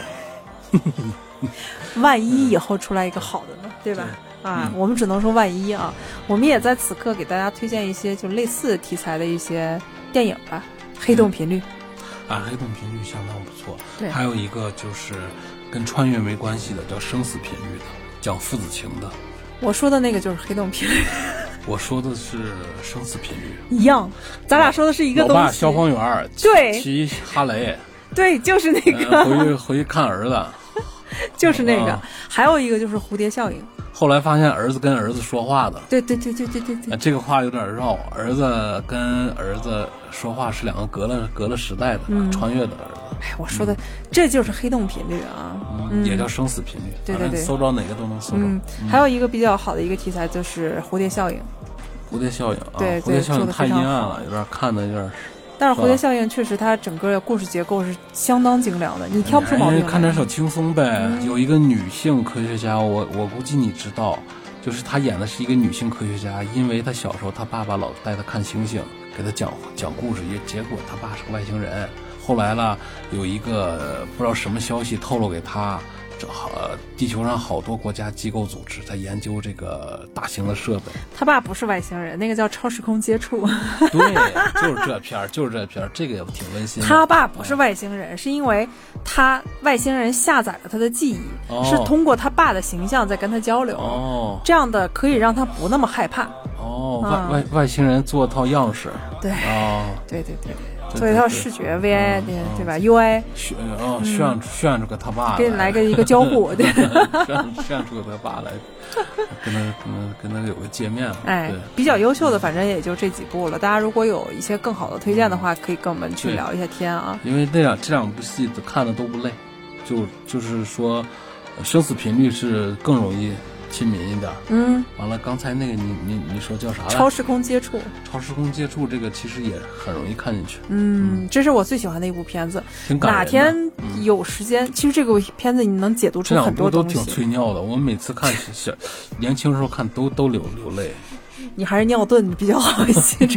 万一以后出来一个好的呢，对吧？我们只能说万一啊。我们也在此刻给大家推荐一些就类似题材的一些电影吧，黑洞频率黑洞频率相当不错。 对， 还有一个就是跟穿越没关系的，叫生死频率的，讲父子情的。 我说的那个就是黑洞频率， 我说的是生死频率， 一样，咱俩说的是一个东西。 老爸消防员， 对， 骑哈雷， 对，就是那个。 回去看儿子。 就是那个，还有一个就是蝴蝶效应。 后来发现儿子跟儿子说话的， 对， 这个话有点绕。儿子跟儿子说话是两个隔了时代的穿越的儿子。 我说的这就是黑洞频率啊， 也叫生死频率。 对， 搜着哪个都能搜着。 还有一个比较好的一个题材就是蝴蝶效应。 蝴蝶效应啊， 对， 蝴蝶效应太阴暗了，有点看的有点。 但是蝴蝶效应确实它整个故事结构是相当精良的，你挑不出毛病来。 看点小轻松呗。有一个女性科学家，我估计你知道，就是她演的是一个女性科学家，因为她小时候她爸爸老带她看星星，给她讲故事，结果她爸是个外星人。后来了，有一个不知道什么消息透露给她，地球上好多国家机构组织在研究这个大型的设备。 他爸不是外星人，那个叫超时空接触。 对，就是这片儿，这个也挺温馨的。 他爸不是外星人，是因为外星人下载了他的记忆，是通过他爸的形象在跟他交流。这样的可以让他不那么害怕。 外星人做套样式。 对。对。做一套视觉 VI 对吧 UI 炫出个他爸来， 给你来一个交互，对， 炫出个他爸来，跟他有个界面。 比较优秀的反正也就这几部了。大家如果有一些更好的推荐的话，可以跟我们去聊一下天啊。 因为这两部戏看的都不累，就是说，生死频率是更容易亲民一点。完了，刚才那个你说叫啥来？ 超时空接触。超时空接触这个其实也很容易看进去。 这是我最喜欢的一部片子。 挺感人的。 哪天有时间，其实这个片子你能解读出很多东西。 这两部都挺催尿的，我们每次看年轻时候看都流泪。 你还是尿遁比较好一些。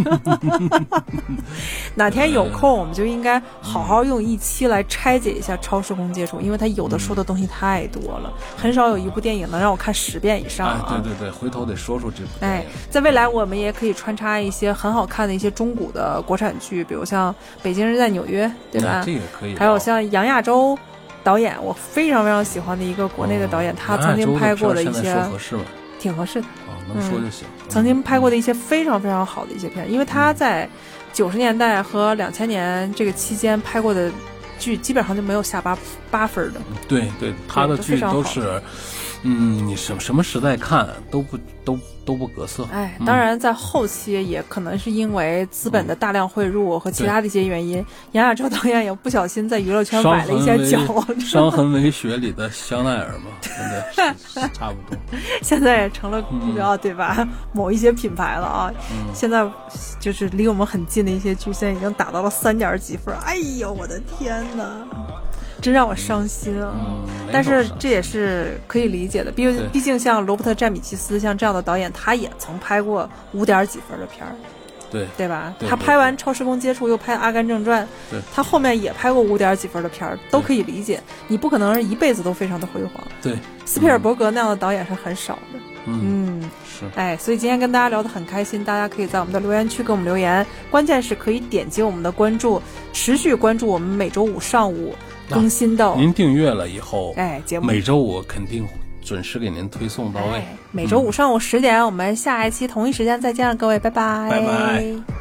哪天有空我们就应该好好用一期来拆解一下超时空接触，因为它有的说的东西太多了，很少有一部电影能让我看10遍以上啊。 对，回头得说这部电影。 在未来我们也可以穿插一些很好看的一些中古的国产剧，比如像《北京人在纽约》，对吧？ 这个可以。 还有像杨亚洲导演，我非常非常喜欢的一个国内的导演，他曾经拍过的一些挺合适的。 能说就行。 曾经拍过的一些非常非常好的一些片，因为他在90年代和2000年这个期间拍过的剧，基本上就没有下8分的。 对，他的剧都是，你什么时代看都不隔色。 当然在后期也可能是因为资本的大量汇入和其他的一些原因，杨亚洲导演也不小心在娱乐圈崴了一些脚。 伤痕为血里的香奈儿嘛，真的差不多。 现在也成了对吧？某一些品牌了啊。现在就是离我们很近的一些剧，现在已经打到了3点几分。哎呦，我的天哪！真让我伤心啊！但是这也是可以理解的，毕竟像罗伯特·詹米奇斯像这样的导演，他也曾拍过5点几分的片儿，对吧？他拍完《超时空接触》又拍《阿甘正传》，他后面也拍过5点几分的片儿，都可以理解。你不可能是一辈子都非常的辉煌。 对， 斯皮尔伯格那样的导演是很少的。 是。 所以今天跟大家聊得很开心，大家可以在我们的留言区给我们留言，关键是可以点击我们的关注，持续关注我们每周5上午更新的。 您订阅了以后， 节目每周5肯定准时给您推送到位。 每周5上午10点，我们下一期同一时间再见了，各位，拜拜。 拜拜。